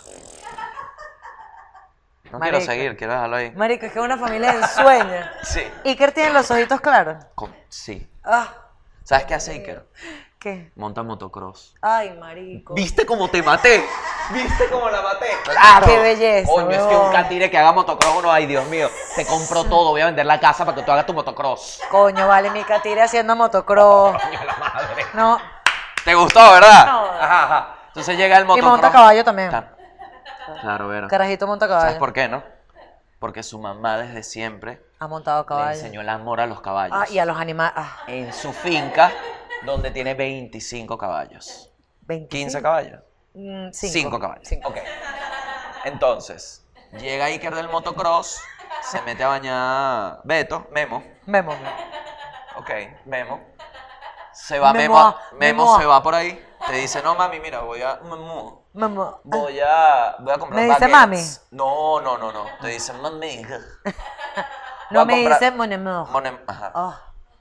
No Marico. quiero seguir, quiero dejarlo ahí. Marico, es que es una familia de ensueño. Sí. Iker tiene los ojitos claros. Con- sí. Ah, ¿Sabes qué hace Iker? ¿qué? Monta motocross. Ay, marico. ¿Viste cómo te maté? ¿Viste cómo la maté? ¡Claro! Qué belleza, Coño, es que huevón. un catire que haga motocross, uno, ay, Dios mío, te compro todo, voy a vender la casa para que tú hagas tu motocross. Coño, vale, mi catire haciendo motocross. Coño, la madre. No. ¿Te gustó, verdad? No. Ajá, ajá. Entonces llega el Y motocross. monta caballo también. Claro, claro, Vera. Carajito monta ¿Sabes caballo. por qué, no? Porque su mamá desde siempre Ha montado le caballo. enseñó el amor a los caballos. Ah, y a los animales. Ah, En su finca, donde tiene veinticinco caballos. veinticinco. quince caballos. Mm, Cinco, cinco. caballos. Cinco. Ok. Entonces, llega Iker del motocross, se mete a bañar Beto, Memo. Memo. Memo. Ok, Memo. Se va Memo, Memo, a- Memo Memo. se va por ahí. Te dice, no mami, mira, voy a. Memo, Memo. voy a. Voy a comprar ¿Me dice baguettes". No, no, no, no. Te dice mami. No Voy a me comprar- dice mon amour. Monem- Ajá. Ah.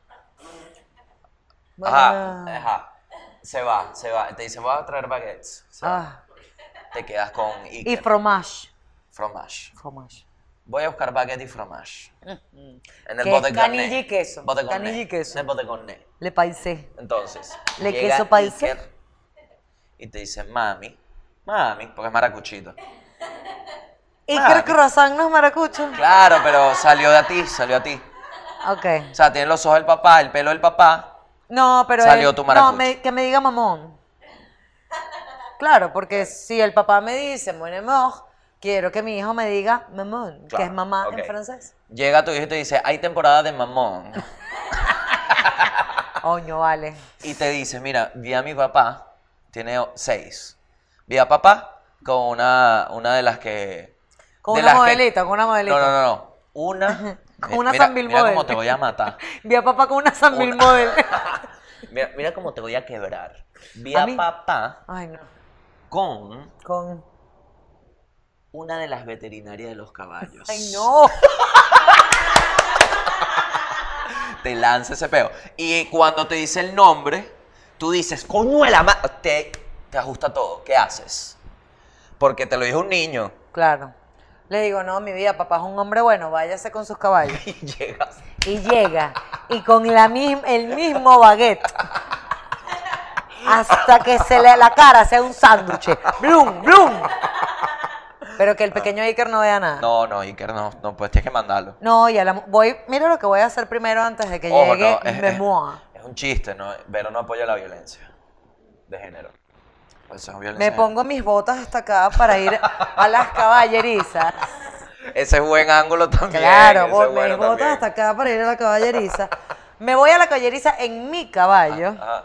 Ajá, Bueno. ajá. Se va, se va. Te dice, voy a traer baguettes. Se va. Ah. Te quedas con Iker. Y fromage. Fromage. Fromage. Voy a buscar baguette y fromage. En el Que bote es canilla y queso. Bote con Canilla ne. y queso. En el bote con ne. Le paisé. Entonces, Le llega queso paisé. Iker y te dice, mami, mami, porque es maracuchito. Iker Mami. Croissant no es maracucho. Claro, pero salió de a ti, salió a ti. Ok. O sea, tiene los ojos del papá, el pelo del papá. No, pero. Salió él- tu maracucho. No, me- que me diga mamón. Claro, porque si el papá me dice mon amour, quiero que mi hijo me diga mamón, que Claro, es mamá ok. en francés. Llega tu hijo y te dice, hay temporada de mamón. Oño, vale. Y te dice, mira, vi a mi papá, tiene o- seis. Vi a papá con una, una de las que... Con de una las que- modelita, con una modelita. No, no, no, no. Una... Con mi- una mira, San Bill mira model. cómo te voy a matar. Vi a papá con una San Bill Una- model. Mira, mira cómo te voy a quebrar. Vi A a, mí- papá Ay, no. con Con. una de las veterinarias de los caballos. Ay, no. Te lanza ese peo. Y cuando te dice el nombre, tú dices, coñuela, ma-", te, te ajusta todo. ¿Qué haces? Porque te lo dijo un niño. Claro. Le digo, no, mi vida, papá es un hombre bueno, váyase con sus caballos. Y llegas. Y llega, y con la misma, el mismo baguette, hasta que se le la cara sea un sándwich. ¡Blum, blum! Pero que el pequeño Iker no vea nada. No, no, Iker, no, no, pues tienes que mandarlo. No, ya la voy, mira lo que voy a hacer primero antes de que Ojo, llegue no, es, es- Memoir. es un chiste, ¿no? Pero no apoya la violencia de género. Pues eso es violencia Me de género. pongo mis botas hasta acá para ir a las caballerizas. Ese es buen ángulo también. Claro, ese es voy- bueno mis botas también. hasta acá para ir a la caballeriza. Me voy a la caballeriza en mi caballo. Ajá.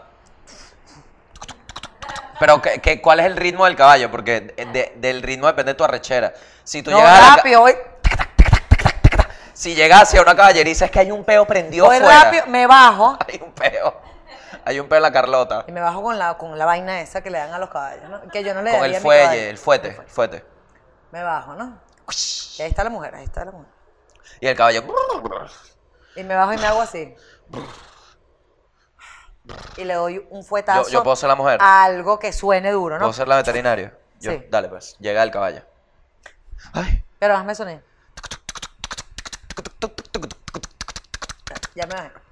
Pero, ¿qué, qué, ¿cuál es el ritmo del caballo? Porque de- de- del ritmo depende tu arrechera. Si tú No, llegas a la ca- rápido, voy. si llegase a una caballeriza es que hay un peo prendido Voy fuera. rápido, me bajo Hay un peo. Hay un peo en la Carlota. y me bajo con la, con la vaina esa que le dan a los caballos, ¿no? Que yo no le Con daría el a mi caballo. fuelle, el fuete, el fuete. Me bajo, ¿no? Y ahí está la mujer, ahí está la mujer. Y el caballo. Y me bajo y me hago así. Y le doy un fuetazo. Yo, yo puedo ser la mujer. a algo que suene duro, ¿no? ¿Puedo ser la veterinaria? Yo, Sí. dale pues, llega el caballo. Ay. Pero hazme sonido. Ya me bajé.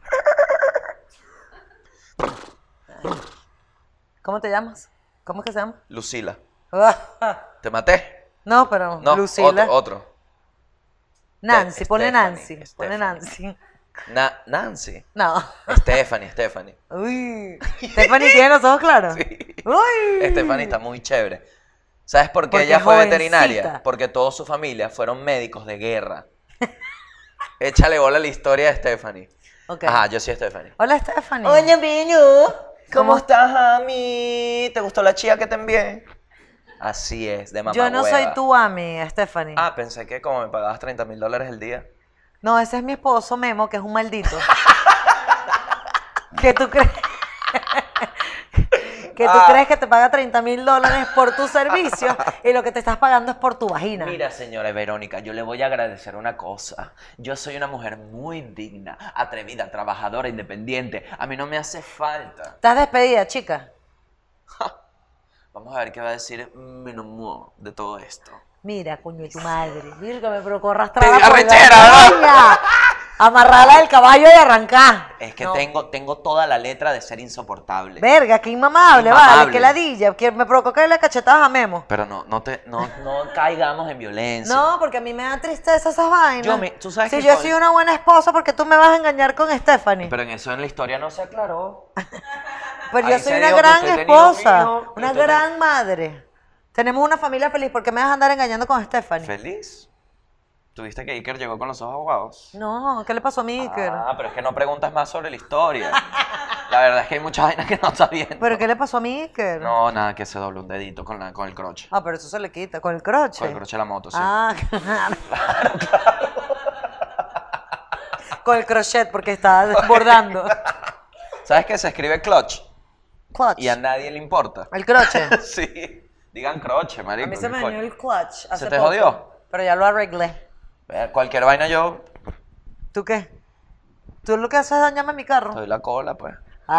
¿Cómo te llamas? ¿Cómo es que se llama? Lucila. ¿Te maté? No, pero No, Lucila. otro, otro. Nancy, pone Stephanie, Nancy. Pone Stephanie. Nancy. Na- Nancy. No. Stephanie, Stephanie. Uy. Stephanie tiene los ojos claros. Sí. Uy. Stephanie está muy chévere. ¿Sabes por qué Porque ella es fue jovencita. veterinaria? Porque toda su familia fueron médicos de guerra. Échale bola a la historia de Stephanie. Ok. Ajá, yo sí Stephanie. Hola, Stephanie. Oye, Piñu. ¿Cómo ¿Cómo estás, Ami? ¿Te gustó la chía que te envié? Así es, de mamá Yo no soy hueva. tu ami, Stephanie. Ah, pensé que como me pagabas treinta mil dólares el día. No, ese es mi esposo Memo, que es un maldito. ¿Qué tú crees? Que tú Ah. crees que te paga treinta mil dólares por tu servicio y lo que te estás pagando es por tu vagina. Mira, señora Verónica, yo le voy a agradecer una cosa. Yo soy una mujer muy digna, atrevida, trabajadora, independiente. A mí no me hace falta. ¿Estás despedida, chica? Vamos a ver qué va a decir mi amor de todo esto. Mira, coño de tu madre. Mira que me provocó Te arrastrarla dio por la arrechera, ¿no? cabaña. Amarrarla del caballo y arrancar. Es que No. tengo, tengo toda la letra de ser insoportable. Verga, qué inmamable, Inmamable. vale, qué ladilla. Que me provocó que le cachetadas a Memo. Pero no, no, te, no, no caigamos en violencia. No, porque a mí me da tristeza esas vainas. Yo me- tú sabes si que yo soy- soy una buena esposa, porque tú me vas a engañar con Stephanie. Pero, Pero en eso en la historia no se aclaró. yo ahí soy se una dijo que gran usted tenía un esposa, hijo, que una usted gran madre. Tenemos una familia feliz. ¿Por qué me vas a andar engañando con Stephanie? ¿Feliz? ¿Tuviste que Iker llegó con los ojos aguados? No, ¿qué le pasó a mí, Iker? Ah, pero es que no preguntas más sobre la historia. La verdad es que hay muchas vainas que no estás viendo. ¿Pero qué le pasó a mí, Iker? No, nada, que se doble un dedito con, la, con el croche. Ah, pero eso se le quita, con el croche. Con el croche de la moto, sí. Ah, claro. Con el crochet, porque estaba desbordando. ¿Sabes qué? Se escribe clutch Clutch. y a nadie le importa. El croche. Sí. Digan croche, A marico. mí se ¿qué me coño? dañó el clutch hace te poco, jodió? Pero ya lo arreglé. Vea, cualquier vaina yo ¿Tú qué? ¿Tú lo que haces es dañarme mi carro? doy la cola, pues.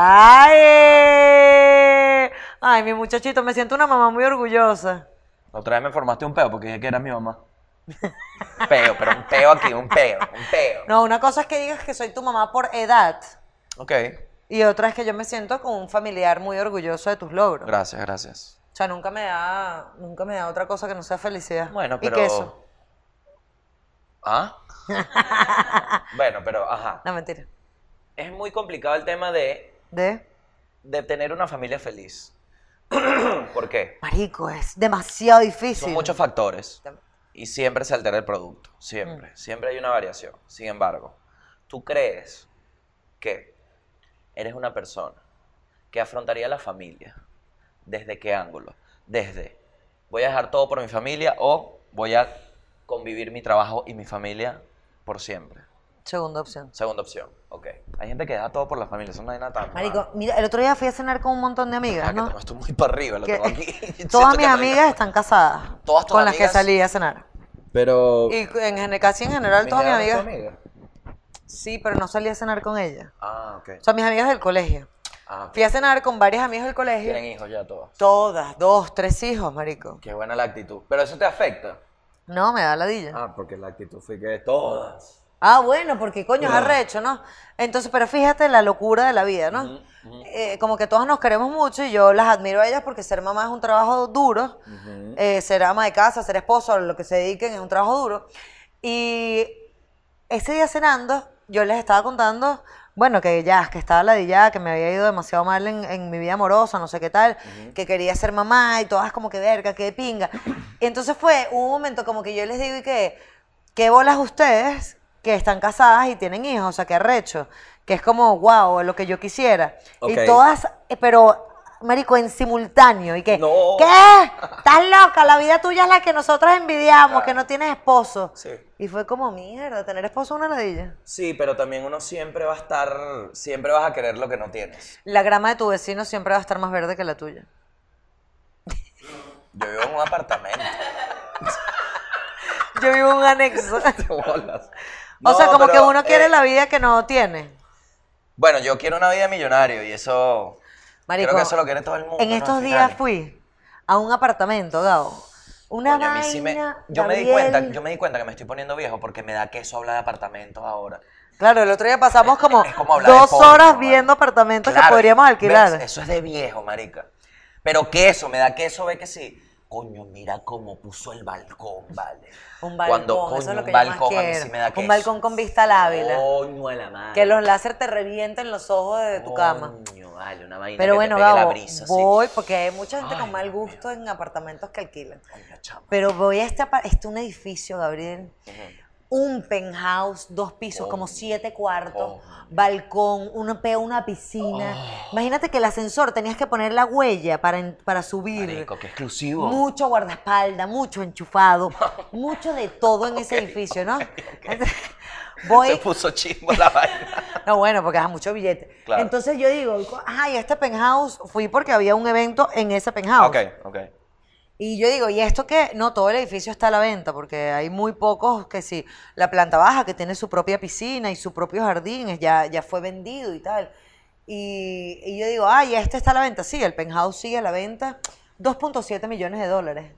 ¡Ay! Ay, mi muchachito, me siento una mamá muy orgullosa. La otra vez me formaste un peo porque dije que eras mi mamá. Peo, pero un peo aquí, un peo, un peo. No, una cosa es que digas que soy tu mamá por edad. Ok, Y otra es que yo me siento como un familiar muy orgulloso de tus logros. gracias, gracias. O sea, nunca me da, nunca me da otra cosa que no sea felicidad. Bueno, pero... Y queso. ¿Ah? Bueno, pero, ajá. No, mentira. Es muy complicado el tema de, ¿De? de tener una familia feliz. ¿Por qué? Marico, es demasiado difícil. Son muchos factores. Y siempre se altera el producto. Siempre. Siempre hay una variación. Sin embargo, ¿tú crees que eres una persona que afrontaría la familia? ¿Desde qué ángulo? Desde, ¿voy a dejar todo por mi familia o voy a convivir mi trabajo y mi familia por siempre? Segunda opción. Segunda opción. Ok. Hay gente que deja todo por la familia. Eso no hay nada tan Marico, mira, el otro día fui a cenar con un montón de amigas, Ah, que ¿no? tengo esto muy para arriba, lo Que tengo aquí. Siento todas que mis no amigas diga- están casadas. ¿Todas tus con las que amigas? salí a cenar. Pero... Y en, gen- casi en general todas mis ¿Mijera amigas. es tu amiga? Sí, pero no salí a cenar con ellas. Ah, ok. O sea, mis amigas del colegio. Ah, ok. Fui a cenar con varias amigas del colegio. Tienen hijos ya todas. Todas, dos, tres hijos, marico. Qué buena la actitud. Pero eso te afecta. No, me da ladilla. Ah, porque la actitud fue que todas. Ah, bueno, porque coño es arrecho, ¿no? Entonces, pero fíjate la locura de la vida, ¿no? Ujú, ujú. Eh, como que todas nos queremos mucho y yo las admiro a ellas porque ser mamá es un trabajo duro, Ujú. eh, ser ama de casa, ser esposo, lo que se dediquen es un trabajo duro. Y ese día cenando, yo les estaba contando, bueno, que ya, que estaba ladillada, que me había ido demasiado mal en, en mi vida amorosa, no sé qué tal, que quería ser mamá y todas como que verga, que de pinga. Y entonces fue un momento como que yo les digo y que, ¿qué bolas ustedes que están casadas y tienen hijos? O sea, qué arrecho, que es como, wow, lo que yo quisiera. Ok. Y todas, eh, pero marico, en simultáneo. Y que, No. ¿qué? Estás loca, la vida tuya es la que nosotros envidiamos, Claro. que no tienes esposo. Sí. Y fue como, mierda, tener esposo es una ladilla. Sí, pero también uno siempre va a estar, siempre vas a querer lo que no tienes. La grama de tu vecino siempre va a estar más verde que la tuya. Yo vivo en un apartamento. Yo vivo en un anexo. Te bolas. O sea, No, como que pero, uno quiere eh, la vida que no tiene. Bueno, yo quiero una vida de millonario y eso... Marico, creo que eso lo quiere todo el mundo. en ¿no? estos Al días final. fui a un apartamento, Gabo. Una Coño, a mí vaina, sí me- yo me di Gabriel. cuenta, yo me di cuenta que me estoy poniendo viejo porque me da queso hablar de apartamentos ahora. Claro, el otro día pasamos como, Es como hablar de dos porno, horas ¿no? viendo apartamentos que Claro, podríamos alquilar. ¿ves? Eso es de viejo, marica. Pero queso, me da queso, ve que sí. Coño, mira cómo puso el balcón, vale. Un balcón, Cuando, eso es coño, lo que un yo más balcón, a mí quiero. sí me da queso. Un balcón con vista al Ávila. Coño, a la madre. Que los láser te revienten los ojos de tu cama. Coño, vale, una vaina Pero que bueno, te pegue la Gabo, brisa, sí. voy, porque hay mucha gente Ay, con mal Dios gusto en apartamentos que alquilan. Coño, chama. Pero voy a este, apa- este un edificio, Gabriel. Un penthouse, dos pisos, como Coño. siete cuartos, Coño. balcón, una, pe- una piscina. Imagínate que el ascensor tenías que poner la huella para, en- para subir. Marico, qué exclusivo. Mucho guardaespaldas, mucho enchufado, mucho de todo en ese edificio, ¿no? Entonces, Se voy, puso chismo la vaina. no, bueno, porque es mucho billete. Claro. Entonces yo digo, ay, este penthouse, fui porque había un evento en ese penthouse. Ok, ok. Y yo digo, ¿y esto qué? No, todo el edificio está a la venta, porque hay muy pocos que sí. La planta baja, que tiene su propia piscina y su propio jardín, es- ya, ya fue vendido y tal. Y, y yo digo, ay, este está a la venta. Sí, el penthouse sigue a la venta. dos punto siete millones de dólares.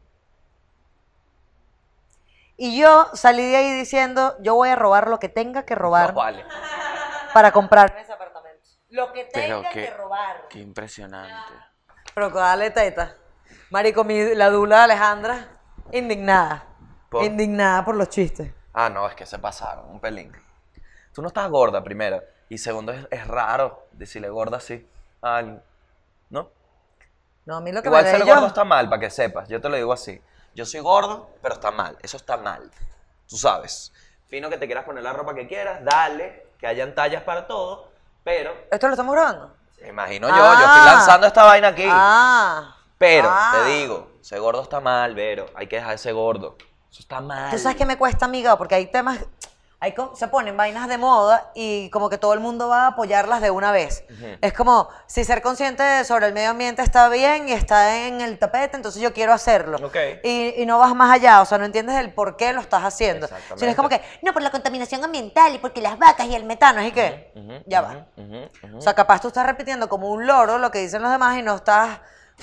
Y yo salí de ahí diciendo, yo voy a robar lo que tenga que robar No, vale. para comprarme ese apartamento. Lo que Pero tenga qué, que robar. qué impresionante. Pero dale teta. Marico, mi, la dula de Alejandra, indignada. ¿Por? Indignada por los chistes. Ah, no, es que se pasaron, un pelín. Tú no estás gorda, primero. Y segundo, es, es raro decirle gorda así a alguien, ¿no? No, a mí lo que Igual me ser da yo- gordo está mal, para que sepas. Yo te lo digo así. Yo soy gordo, pero está mal. Eso está mal. Tú sabes. Fino que te quieras poner la ropa que quieras, dale, que hayan tallas para todo, pero... ¿Esto lo estamos grabando? Me imagino yo, yo estoy lanzando esta vaina aquí. Ah. Pero, Ah. te digo, ser gordo está mal, Vero. Hay que dejar de ser gordo. Eso está mal. Tú sabes que me cuesta, amiga, porque hay temas, hay co- se ponen vainas de moda y como que todo el mundo va a apoyarlas de una vez. Ujú. Es como, si ser consciente sobre el medio ambiente está bien y está en el tapete, entonces yo quiero hacerlo. Ok. Y, y no vas más allá, o sea, no entiendes el por qué lo estás haciendo. Exactamente. Sino es como que, no, por la contaminación ambiental y porque las vacas y el metano, ¿y qué? Ujú, ya ujú, va. ujú, ujú. O sea, capaz tú estás repitiendo como un loro lo que dicen los demás y no estás...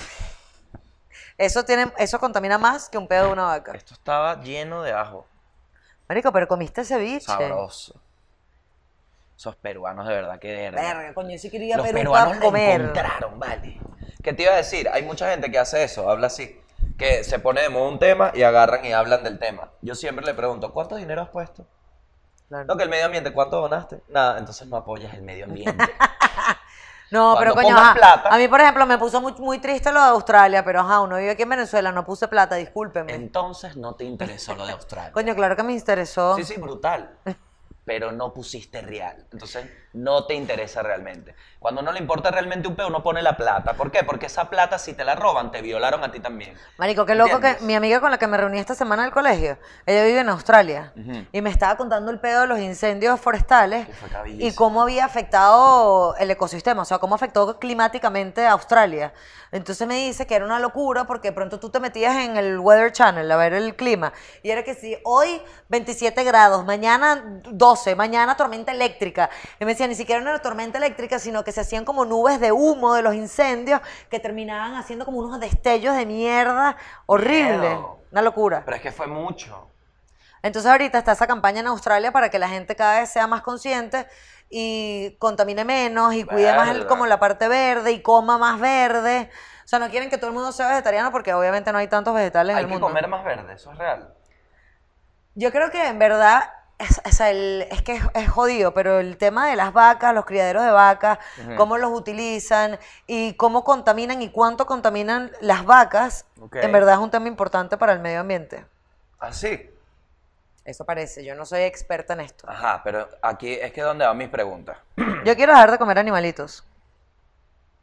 Eso, tiene, eso contamina más que un pedo de una vaca. Esto estaba lleno de ajo. Marico, pero comiste ceviche. Sabroso. Esos peruanos de verdad que de verdad. Verga, coño, yo sí quería ir a Los Perú peruanos para la comer. encontraron, vale. ¿Qué te iba a decir? Hay mucha gente que hace eso, habla así. Que se pone de moda un tema y agarran y hablan del tema. Yo siempre le pregunto, ¿cuánto dinero has puesto? Claro. No, que el medio ambiente, ¿cuánto donaste? Nada, entonces no apoyas el medio ambiente. No, Cuando pero coño, pongas ajá, plata- a mí, por ejemplo, me puso muy, muy triste lo de Australia, pero ajá, uno vive aquí en Venezuela, no puse plata, discúlpenme. Entonces no te interesó lo de Australia. Coño, claro que me interesó. Sí, sí, brutal. Pero no pusiste real. Entonces, no te interesa realmente. Cuando no le importa realmente un peo, uno pone la plata. ¿Por qué? Porque esa plata, si te la roban, te violaron a ti también. Marico, qué loco que ¿Entiendes? mi amiga con la que me reuní esta semana del colegio, ella vive en Australia Ujú. y me estaba contando el pedo de los incendios forestales Que fue cabillísimo. y cómo había afectado el ecosistema, o sea, cómo afectó climáticamente a Australia. Entonces me dice que era una locura porque de pronto tú te metías en el Weather Channel a ver el clima y era que si hoy veintisiete grados, mañana doce, mañana tormenta eléctrica. Y me decía, ni siquiera era una tormenta eléctrica, sino que se hacían como nubes de humo de los incendios que terminaban haciendo como unos destellos de mierda horrible. Miedo. Una locura. Pero es que fue mucho. Entonces ahorita está esa campaña en Australia para que la gente cada vez sea más consciente y contamine menos y cuide más el- Verga. como la parte verde y coma más verde. O sea, no quieren que todo el mundo sea vegetariano porque obviamente no hay tantos vegetales en Hay el que mundo. comer más verde, eso es real. Yo creo que en verdad es, o sea, el- es que es, es jodido, pero el tema de las vacas, los criaderos de vacas, Ujú. cómo los utilizan y cómo contaminan y cuánto contaminan las vacas, Ok. en verdad es un tema importante para el medio ambiente. Así. Eso parece, yo no soy experta en esto. Ajá, pero aquí es que donde van mis preguntas. Yo quiero dejar de comer animalitos.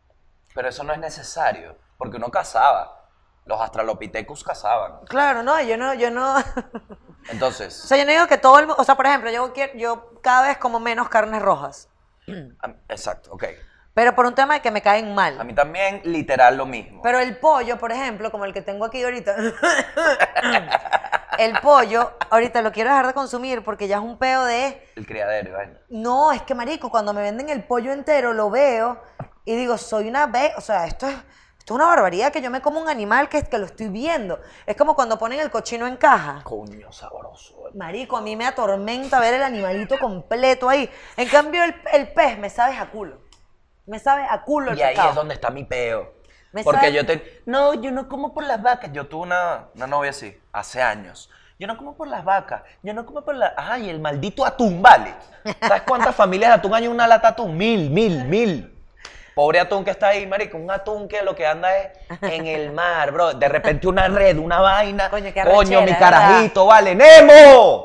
Pero eso no es necesario, porque uno cazaba. Los Australopithecus cazaban. Claro, no, yo no, yo no... Entonces, O sea, yo no digo que todo el mundo... O sea, por ejemplo, yo, quiero- yo cada vez como menos carnes rojas. a- exacto, ok. Pero por un tema de que me caen mal. A mí también, literal, lo mismo. Pero el pollo, por ejemplo, como el que tengo aquí ahorita, el pollo, ahorita lo quiero dejar de consumir porque ya es un peo de... El criadero, y vaina. No, es que marico, cuando me venden el pollo entero lo veo y digo, soy una be... O sea, esto es, esto es una barbaridad que yo me como un animal que, que lo estoy viendo. Es como cuando ponen el cochino en caja. Coño, sabroso. Marico, a mí me atormenta ver el animalito completo ahí. En cambio, el, el pez me sabe a culo. Me sabe a culo el Y ahí pescado. es donde está mi peo. Me Porque sabe- yo te... No, yo no como por las vacas. Yo tuve una, una novia así, hace años. Yo no como por las vacas. Yo no como por la... Ay, el maldito atún, vale. ¿Sabes cuántas familias de atún hay en una lata de atún? Mil, mil, mil. Pobre atún que está ahí, marico. Un atún que lo que anda es en el mar, bro. De repente una red, una vaina. Coño, qué Coño, arrechera, mi ¿verdad? carajito, vale. ¡Nemo!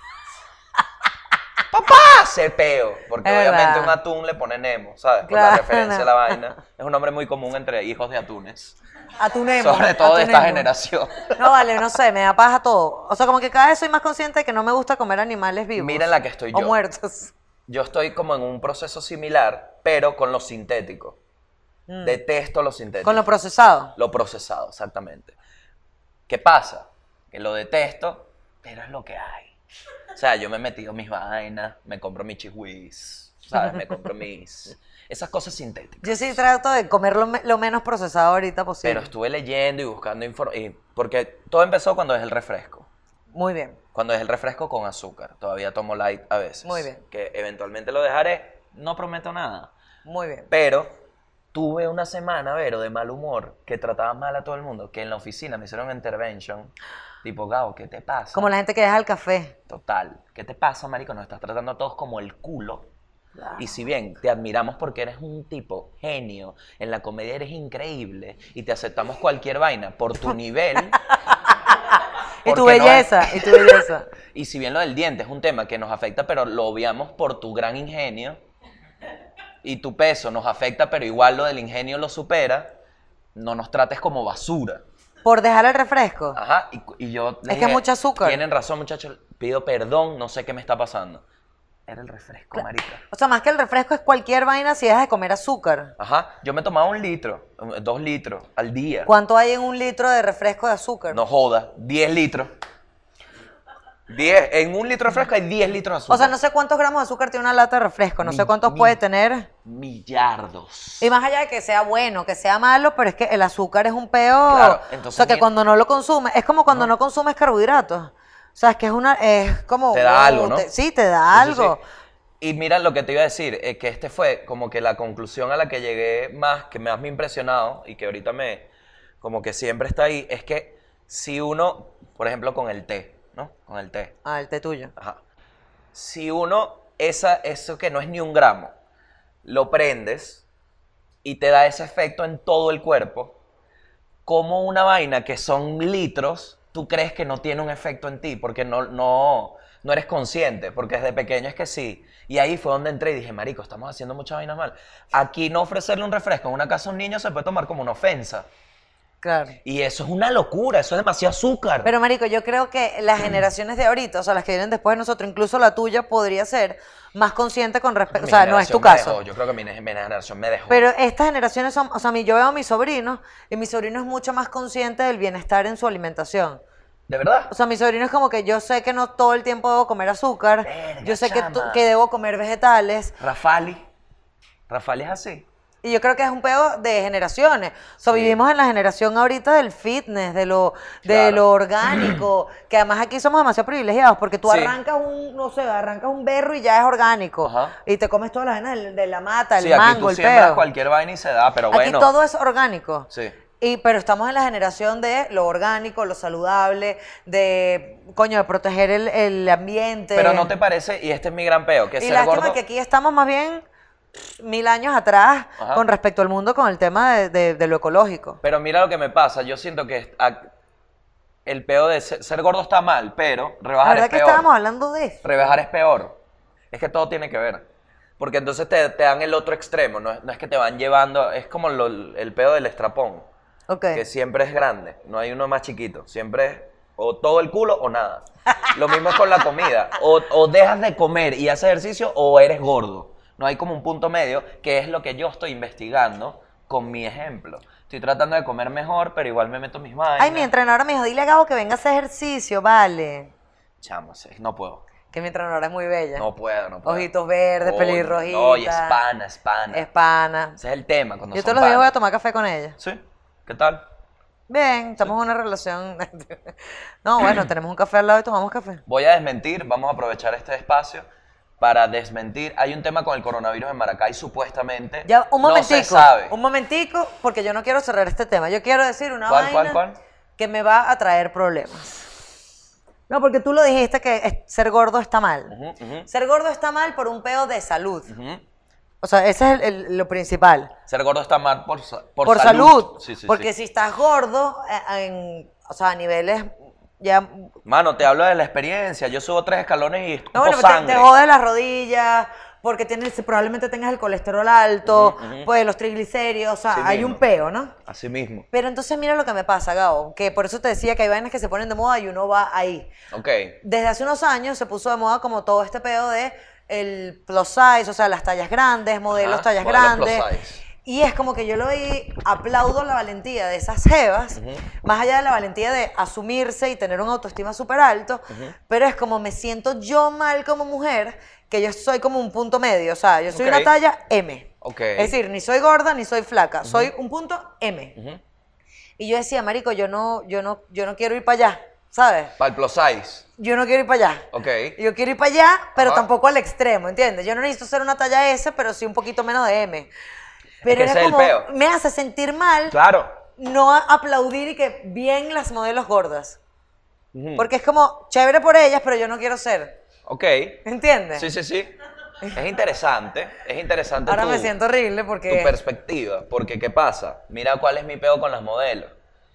¡Papá! Se peo. Porque Es obviamente verdad. un atún le pone Nemo, ¿sabes? Por Claro. la referencia a la vaina. Es un nombre muy común entre hijos de atunes. Atunemo. Sobre todo de esta atunemo. generación. No, vale, no sé, me da paja todo. O sea, como que cada vez soy más consciente de que no me gusta comer animales vivos. Mira en la que estoy O yo. muertos. Yo estoy como en un proceso similar, pero con lo sintético. Detesto lo sintético. Mm. Con lo procesado. Lo procesado, exactamente. ¿Qué pasa? Que lo detesto, pero es lo que hay. O sea, yo me he metido mis vainas, me compro mis chihuis, ¿sabes? Me compro mis... Esas cosas sintéticas. Yo sí trato de comer lo, me- lo menos procesado ahorita posible. Pero estuve leyendo y buscando información. Porque todo empezó cuando es el refresco. Muy bien. Cuando es el refresco con azúcar. Todavía tomo light a veces. Muy bien. Que eventualmente lo dejaré. No prometo nada. Muy bien. Pero tuve una semana, Vero, de mal humor, que trataba mal a todo el mundo, que en la oficina me hicieron intervention. Tipo, Gao, ¿qué te pasa? Como la gente que deja el café. Total. ¿Qué te pasa, marico? Nos estás tratando a todos como el culo. Y si bien te admiramos porque eres un tipo genio, en la comedia eres increíble y te aceptamos cualquier vaina por tu nivel. Y tu porque no- belleza, y tu belleza. Y si bien lo del diente es un tema que nos afecta, pero lo obviamos por tu gran ingenio, y tu peso nos afecta, pero igual lo del ingenio lo supera, no nos trates como basura. Por dejar el refresco. Ajá, y, y yo les Es que es mucho azúcar. Tienen razón, muchachos, pido perdón, no sé qué me está pasando. Era el refresco, marica. O sea, más que el refresco es cualquier vaina si dejas de comer azúcar. Ajá, yo me tomaba un litro, dos litros al día. ¿Cuánto hay en un litro de refresco de azúcar? No joda, diez litros. diez, en un litro de refresco hay diez litros de azúcar. O sea, no sé cuántos gramos de azúcar tiene una lata de refresco, no sé Mi- cuántos mi- puede tener. Millardos. Y más allá de que sea bueno, que sea malo, pero es que el azúcar es un peo. Claro, entonces o sea, que mira- cuando no lo consumes, es como cuando no, consumes carbohidratos. O sea, es que es una, es como... Te da wow, algo, ¿no? te- sí, te da Sí, sí, algo. sí. Y mira lo que te iba a decir, eh, que este fue como que la conclusión a la que llegué más, que más me ha impresionado y que ahorita me, como que siempre está ahí, es que si uno, por ejemplo con el té, ¿no? Con el té, Ah, el té tuyo. ajá. Si uno, esa, eso que no es ni un gramo, lo prendes y te da ese efecto en todo el cuerpo, como una vaina que son litros, tú crees que no tiene un efecto en ti, porque no, no, no eres consciente, porque desde pequeño es que sí. Y ahí fue donde entré y dije, marico, estamos haciendo muchas vainas mal. Aquí no ofrecerle un refresco en una casa a un niño se puede tomar como una ofensa. Claro. Y eso es una locura, eso es demasiado azúcar. Pero, marico, yo creo que las generaciones de ahorita, o sea, las que vienen después de nosotros, incluso la tuya, podría ser más consciente con respecto... O Mi sea, no es tu generación me caso. dejó, yo creo que mi, mi generación me dejó. Pero estas generaciones son... O sea, mi- yo veo a mi sobrino y mi sobrino es mucho más consciente del bienestar en su alimentación. ¿De verdad? O sea, mi sobrino es como que yo sé que no todo el tiempo debo comer azúcar, Verga, yo sé que, chama. tu- que debo comer vegetales, Rafali. Rafali es así. y yo creo que es un pedo de generaciones. O sea, Sí. vivimos en la generación ahorita del fitness, de lo, de Claro. lo orgánico, que además aquí somos demasiado privilegiados, porque tú Sí. arrancas un, no sé, arrancas un berro y ya es orgánico, Ajá. y te comes todas las vainas de, de la mata, el Sí, aquí mango, tú el siembras peo. cualquier vaina y se da, pero Aquí bueno. todo es orgánico. Sí. Y, pero estamos en la generación de lo orgánico, lo saludable, de, coño, de proteger el, el ambiente. Pero no te parece, y este es mi gran peo, que Y ser lástima gordo... que aquí estamos más bien mil años atrás Ajá. con respecto al mundo con el tema de, de- de lo ecológico. Pero mira lo que me pasa, yo siento que a- el peo de ser, ser gordo está mal, pero La rebajar verdad es que peor. estábamos hablando de eso. Rebajar es peor. Es que todo tiene que ver. Porque entonces te, te dan el otro extremo, no es, no es que te van llevando, es como lo- el pedo del estrapón, Ok. que siempre es grande, no hay uno más chiquito, siempre es o todo el culo o nada. Lo mismo es con la comida, o, o dejas de comer y haces ejercicio o eres gordo. No hay como un punto medio, que es lo que yo estoy investigando con mi ejemplo. Estoy tratando de comer mejor, pero igual me meto mis vainas. Ay, mi entrenadora me dijo, dile a Gabo que venga a hacer ejercicio, vale. Chamo, sí, no puedo. Que mi entrenadora es muy bella. No puedo, no puedo. Ojitos verdes, Coño, pelirrojita. No, y es pana, es pana. Es pana. Ese es el tema. Cuando Yo son todos los días voy a panas. tomar café con ella. Sí, ¿qué tal? Bien, estamos en una relación. No, bueno, tenemos un café al lado y tomamos café. Voy a desmentir, vamos a aprovechar este espacio para desmentir. Hay un tema con el coronavirus en Maracay, supuestamente. Ya, un momentico. No se sabe. Un momentico, porque yo no quiero cerrar este tema. Yo quiero decir una ¿Cuál, vaina cuál, cuál? que me va a traer problemas. No, porque tú lo dijiste que es- ser gordo está mal. Ujú, ujú, Ser gordo está mal por un peo de salud. ujú. O sea, ese es el- el- lo principal. Ser gordo está mal por, sa- por, Por, salud. Sí, sí, porque sí. si estás gordo, eh, en, o sea, a niveles ya... Mano, te hablo de la experiencia. Yo subo tres escalones y escupo No, bueno, te, sangre. te jodes las rodillas, porque tienes, probablemente tengas el colesterol alto, Ujú, ujú. pues los triglicéridos, o sea, Sí hay mismo. un peo, ¿no? Así mismo. Pero entonces mira lo que me pasa, Gabo, que por eso te decía que hay vainas que se ponen de moda y uno va ahí. Ok. Desde hace unos años se puso de moda como todo este pedo de el plus size, o sea, las tallas grandes, modelos Ajá, tallas modelos plus grandes. size. Y es como que yo lo vi, aplaudo la valentía de esas jevas, Ujú. más allá de la valentía de asumirse y tener una autoestima súper alto, pero es como me siento yo mal como mujer, que yo soy como un punto medio, o sea, yo soy Ok. una talla M. Ok. Es decir, ni soy gorda ni soy flaca, soy un punto M. Ujú. Y yo decía, marico, yo no, yo no, yo no quiero ir para allá, ¿sabes? Para el plus size. Yo no quiero ir para allá. Ok. Yo quiero ir para allá, pero Ajá. tampoco al extremo, ¿entiendes? Yo no necesito ser una talla S, pero sí un poquito menos de M. Pero que era ese es el como, peo. me hace sentir mal Claro. no a- aplaudir y que bien las modelos gordas. Ujú. Porque es como, chévere por ellas, pero yo no quiero ser. Ok. ¿Entiendes? Sí, sí, sí. Es interesante. Es interesante Ahora tu, me siento horrible tu porque... perspectiva. Porque, ¿qué pasa? Mira cuál es mi peo con las modelos.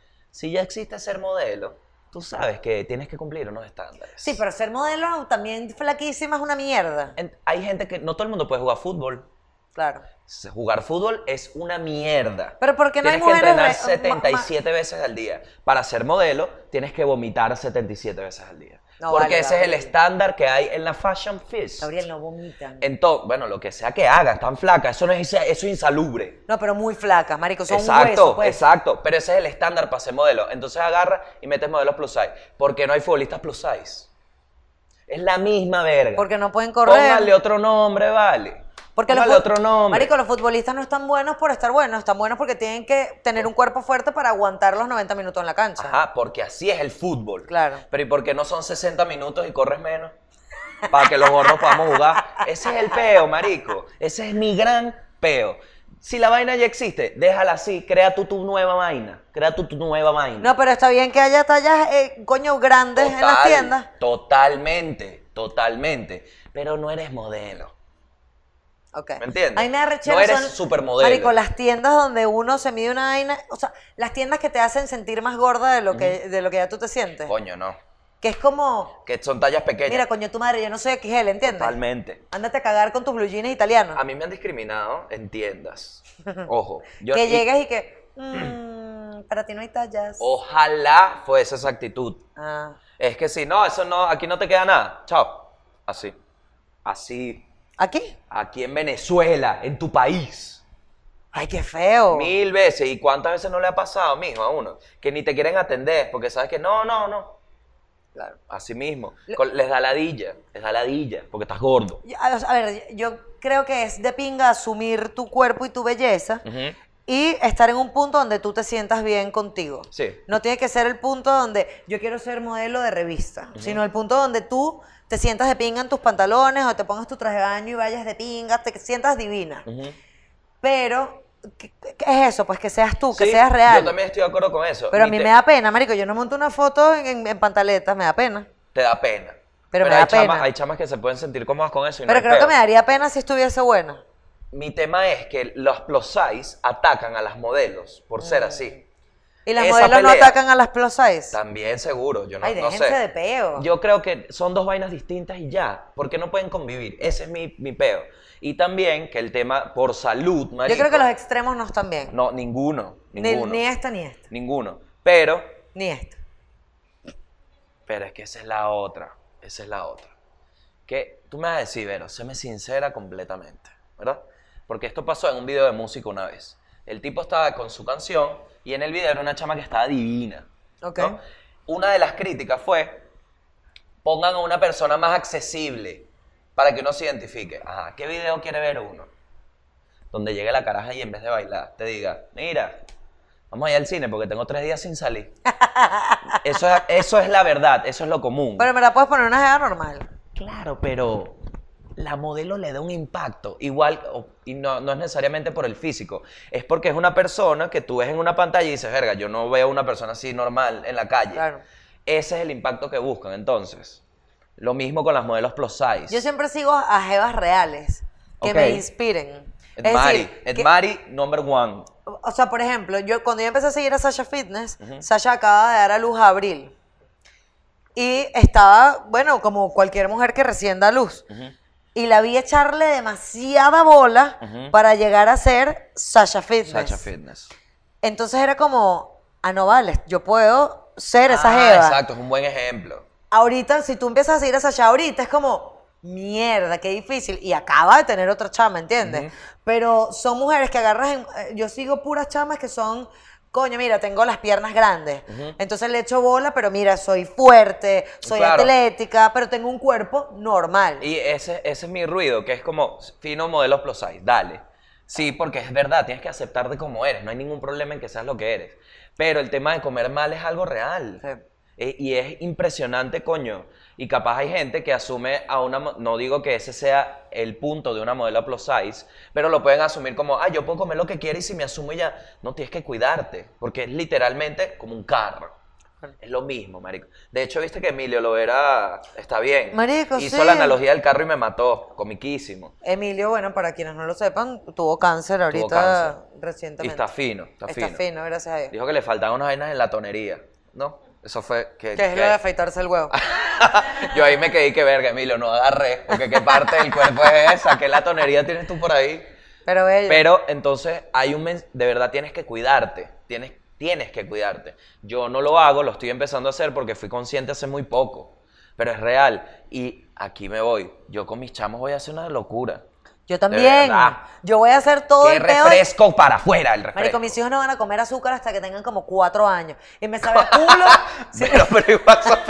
Si ya existe ser modelo, tú sabes que tienes que cumplir unos estándares. Sí, pero ser modelo también flaquísima es una mierda. En- hay gente que... No todo el mundo puede jugar fútbol. Claro. Se- Jugar fútbol es una mierda. Pero ¿por qué no hay Tienes que mujeres entrenar re- setenta y ma- ma- siete veces al día. Para ser modelo, tienes que vomitar setenta y siete veces al día. No, Porque vale, ese es el Gabriel. estándar que hay en la Fashion Fest. Gabriel, no vomitan. Entonces, bueno, lo que sea que hagan, están flacas, eso no es, eso es insalubre. No, pero muy flacas, marico, son Exacto, huesos, pues. exacto. Pero ese es el estándar para ser modelo. Entonces agarra y metes modelos plus size. Porque no hay futbolistas plus size. Es la misma verga. Porque no pueden correr. Póngale otro nombre, vale. Porque los Póngale fut- otro nombre. Marico, los futbolistas no están buenos por estar buenos, están buenos porque tienen que tener un cuerpo fuerte para aguantar los noventa minutos en la cancha. Ajá, porque así es el fútbol. Claro. Pero ¿y por qué no son sesenta minutos y corres menos? Para que los gordos podamos jugar. Ese es el peo, marico. Ese es mi gran peo. Si la vaina ya existe, déjala así. Crea tú tu nueva vaina. Crea tú tu nueva vaina. No, pero está bien que haya tallas, eh, coño, grandes en las Total, tiendas. Totalmente, totalmente. Pero no eres modelo. Ok. ¿Me entiendes? A mí me da rechera No eres son, supermodelo. Marico, las tiendas donde uno se mide una vaina, o sea, las tiendas que te hacen sentir más gorda de lo que, de lo que ya tú te sientes. Coño, no. Que es como, Que son tallas pequeñas. mira, coño, tu madre, yo no soy X L, ¿entiendes? Totalmente. Ándate a cagar con tus blue jeans italianos. A mí me han discriminado en tiendas. Ojo. Yo, que y- llegues y que, mmm, para ti no hay tallas. Ojalá fuese esa actitud. Ah. Es que si no, eso no, aquí no te queda nada. Chao. Así. Así. ¿Aquí? Aquí en Venezuela, en tu país. Ay, qué feo. Mil veces. ¿Y cuántas veces no le ha pasado, mijo, a uno? Que ni te quieren atender porque sabes que no, no, no. Claro, así mismo. Con- Les da ladilla. Les da ladilla porque estás gordo. Yo- A a ver, yo creo que es de pinga asumir tu cuerpo y tu belleza Ujú. y estar en un punto donde tú te sientas bien contigo. Sí. No tiene que ser el punto donde yo quiero ser modelo de revista, sino el punto donde tú te sientas de pinga en tus pantalones o te pongas tu traje de baño y vayas de pinga, te sientas divina. Ujú. Pero, ¿qué, qué es eso? Pues que seas tú, que Sí, seas real. Yo también estoy de acuerdo con eso. Pero a Ni mí te- me da pena, marico. Yo no monto una foto en, en- en pantaletas, me da pena. Te da pena. Pero me hay da chamas, pena. hay chamas que se pueden sentir cómodas con eso y no Pero hay creo que pedo. me daría pena si estuviese buena. Mi tema es que los plus size atacan a las modelos por ser así. Y las esa modelos no pelea, atacan a las plus size. También seguro, yo no, Ay, no déjense sé. de peo. Yo creo que son dos vainas distintas y ya, porque no pueden convivir. Ese es mi, mi peo. Y también que el tema por salud, marico. Yo creo que los extremos no están bien. No, ninguno, Ni, ninguno. ni esta ni esta. Ninguno. Pero, Ni esta. pero es que esa es la otra, esa es la otra. Que tú me vas a decir, Vero, séme sincera completamente, ¿verdad? Porque esto pasó en un video de música una vez. El tipo estaba con su canción y en el video era una chama que estaba divina. Ok. ¿no? Una de las críticas fue, pongan a una persona más accesible para que uno se identifique. Ajá, ¿qué video quiere ver uno? Donde llegue la caraja y en vez de bailar te diga, mira, vamos a ir al cine porque tengo tres días sin salir. Eso es, eso es la verdad, eso es lo común. Pero me la puedes poner una jeva normal. Claro, pero la modelo le da un impacto. Igual, o- y no, no es necesariamente por el físico, es porque es una persona que tú ves en una pantalla y dices, verga, yo no veo una persona así normal en la calle. Claro. Ese es el impacto que buscan. Entonces, lo mismo con las modelos plus size. Yo siempre sigo a jevas reales que Ok. me inspiren. Es Edmari, decir, que- Edmari, number one. o sea, por ejemplo, yo cuando yo empecé a seguir a Sasha Fitness, Sasha acaba de dar a luz a Abril. Y estaba, bueno, como cualquier mujer que recién da luz. Y la vi echarle demasiada bola Ujú. para llegar a ser Sasha Fitness. Sacha Fitness. Entonces era como, ah, no vale, yo puedo ser esa Ah, jeva. exacto, es un buen ejemplo. Ahorita, si tú empiezas a seguir a Sasha ahorita, es como, mierda, qué difícil. Y acaba de tener otra chama, ¿entiendes? Ujú. Pero son mujeres que agarras en... eh, Yo sigo puras chamas que son, coño, mira, tengo las piernas grandes. Entonces le echo bola, pero mira, soy fuerte, soy Claro. atlética, pero tengo un cuerpo normal. Y ese, ese es mi ruido, que es como fino modelo plus size, dale. Sí, porque es verdad, tienes que aceptarte como eres, no hay ningún problema en que seas lo que eres. Pero el tema de comer mal es algo real. Sí. Eh, y es impresionante, coño. Y capaz hay gente que asume a una... mo- No digo que ese sea el punto de una modelo plus size, pero lo pueden asumir como, ah, yo puedo comer lo que quiera y si me asumo ya... No, tienes que cuidarte, porque es literalmente como un carro. Es lo mismo, marico. De hecho, viste que Emilio Lovera está bien. Marico, Hizo sí. la analogía del carro y me mató. Comiquísimo. Emilio, bueno, para quienes no lo sepan, tuvo cáncer ahorita Tuvo cáncer. Y recientemente. está fino, está, Está fino. fino, gracias a Dios. Dijo que le faltaban unas vainas en la tonería, ¿no? Eso fue que... Que es que- lo de afeitarse el huevo. Yo ahí me quedé que verga, Emilio, no agarré, porque qué parte del cuerpo es esa, qué la tonería tienes tú por ahí. Pero bello. Pero entonces hay un mens- de verdad tienes que cuidarte, tienes, tienes que cuidarte. Yo no lo hago, lo estoy empezando a hacer porque fui consciente hace muy poco, pero es real. Y aquí me voy, yo con mis chamos voy a hacer una locura. Yo también. verdad. Yo voy a hacer todo ¡Qué el pedo. refresco para afuera el refresco! Marico, mis hijos no van a comer azúcar hasta que tengan como cuatro años. Y me sabe a culo. Sí. pero, pero igual son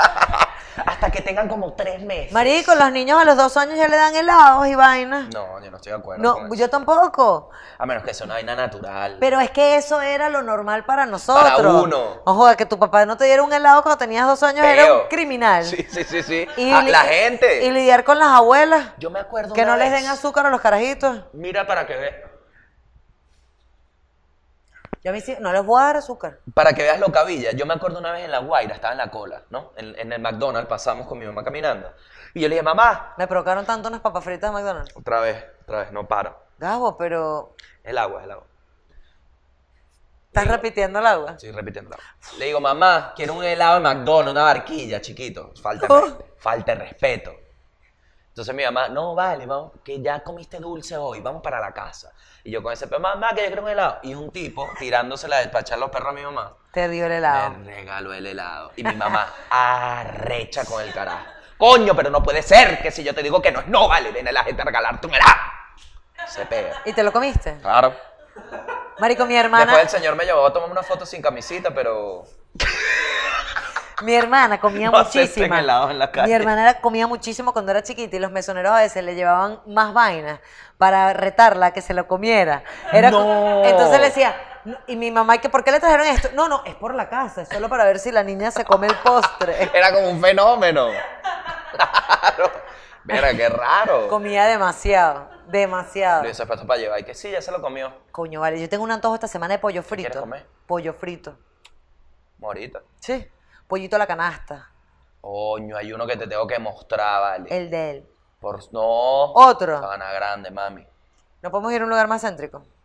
hasta que tengan como tres meses. Marico, los niños a los dos años ya le dan helados y vainas. No, yo no estoy de acuerdo No, con eso. yo tampoco. A menos que sea una vaina natural. Pero es que eso era lo normal para nosotros. Para uno. Ojo, que tu papá no te diera un helado cuando tenías dos años era Feo. un criminal. Sí, sí, sí, sí. Y Ah, li- la gente. Y lidiar con las abuelas. Yo me acuerdo Que una no les vez. den azúcar a los carajitos. Mira para que veas. Yo a mí sí, no les voy a dar azúcar. Para que veas lo cabilla. Yo me acuerdo una vez en La Guaira, estaba en la cola, ¿no? En, en el McDonald's pasamos con mi mamá caminando. Y yo le dije, mamá, Me provocaron tanto unas papas fritas de McDonald's. otra vez, otra vez, no paro. Gabo, pero El agua, el agua. estás Digo- repitiendo el agua. Estoy repitiendo. el agua. Le digo, mamá, quiero un helado de McDonald's, una barquilla, chiquito. Falta, Oh. de- falta de respeto. Entonces mi mamá, no, vale, vamos, que ya comiste dulce hoy, vamos para la casa. Y yo con ese pedo, mamá, que yo quiero un helado. Y un tipo tirándosela a despachar los perros a mi mamá. Te dio el helado. Me regaló el helado. Y mi mamá arrecha con el carajo. Coño, pero no puede ser que si yo te digo que no es no, vale, viene la gente a regalarte un helado. Se pega. ¿Y te lo comiste? Claro. Marico, mi hermana, Después el señor me llevó a tomar una foto sin camisita, pero... mi hermana comía No acepten muchísimo. helados en la calle. Mi hermana era- comía muchísimo cuando era chiquita y los mesoneros a veces le llevaban más vainas para retarla a que se lo comiera. Era No. co- Entonces le decía, "No", y mi mamá, ¿que ¿por qué le trajeron esto? No, no, es por la casa, es solo para ver si la niña se come el postre. Era como un fenómeno. Claro. Mira, qué raro. Comía demasiado, demasiado. Le hice puesto para llevar. Y que sí, ya se lo comió. Coño, vale, yo tengo un antojo esta semana de pollo quieres frito. comer? Pollo frito. Morita. Sí, pollito a la canasta, Coño, hay uno que te tengo que mostrar, vale. el de él. Por... No. Otro. Sabana Grande, mami. ¿No podemos ir a un lugar más céntrico?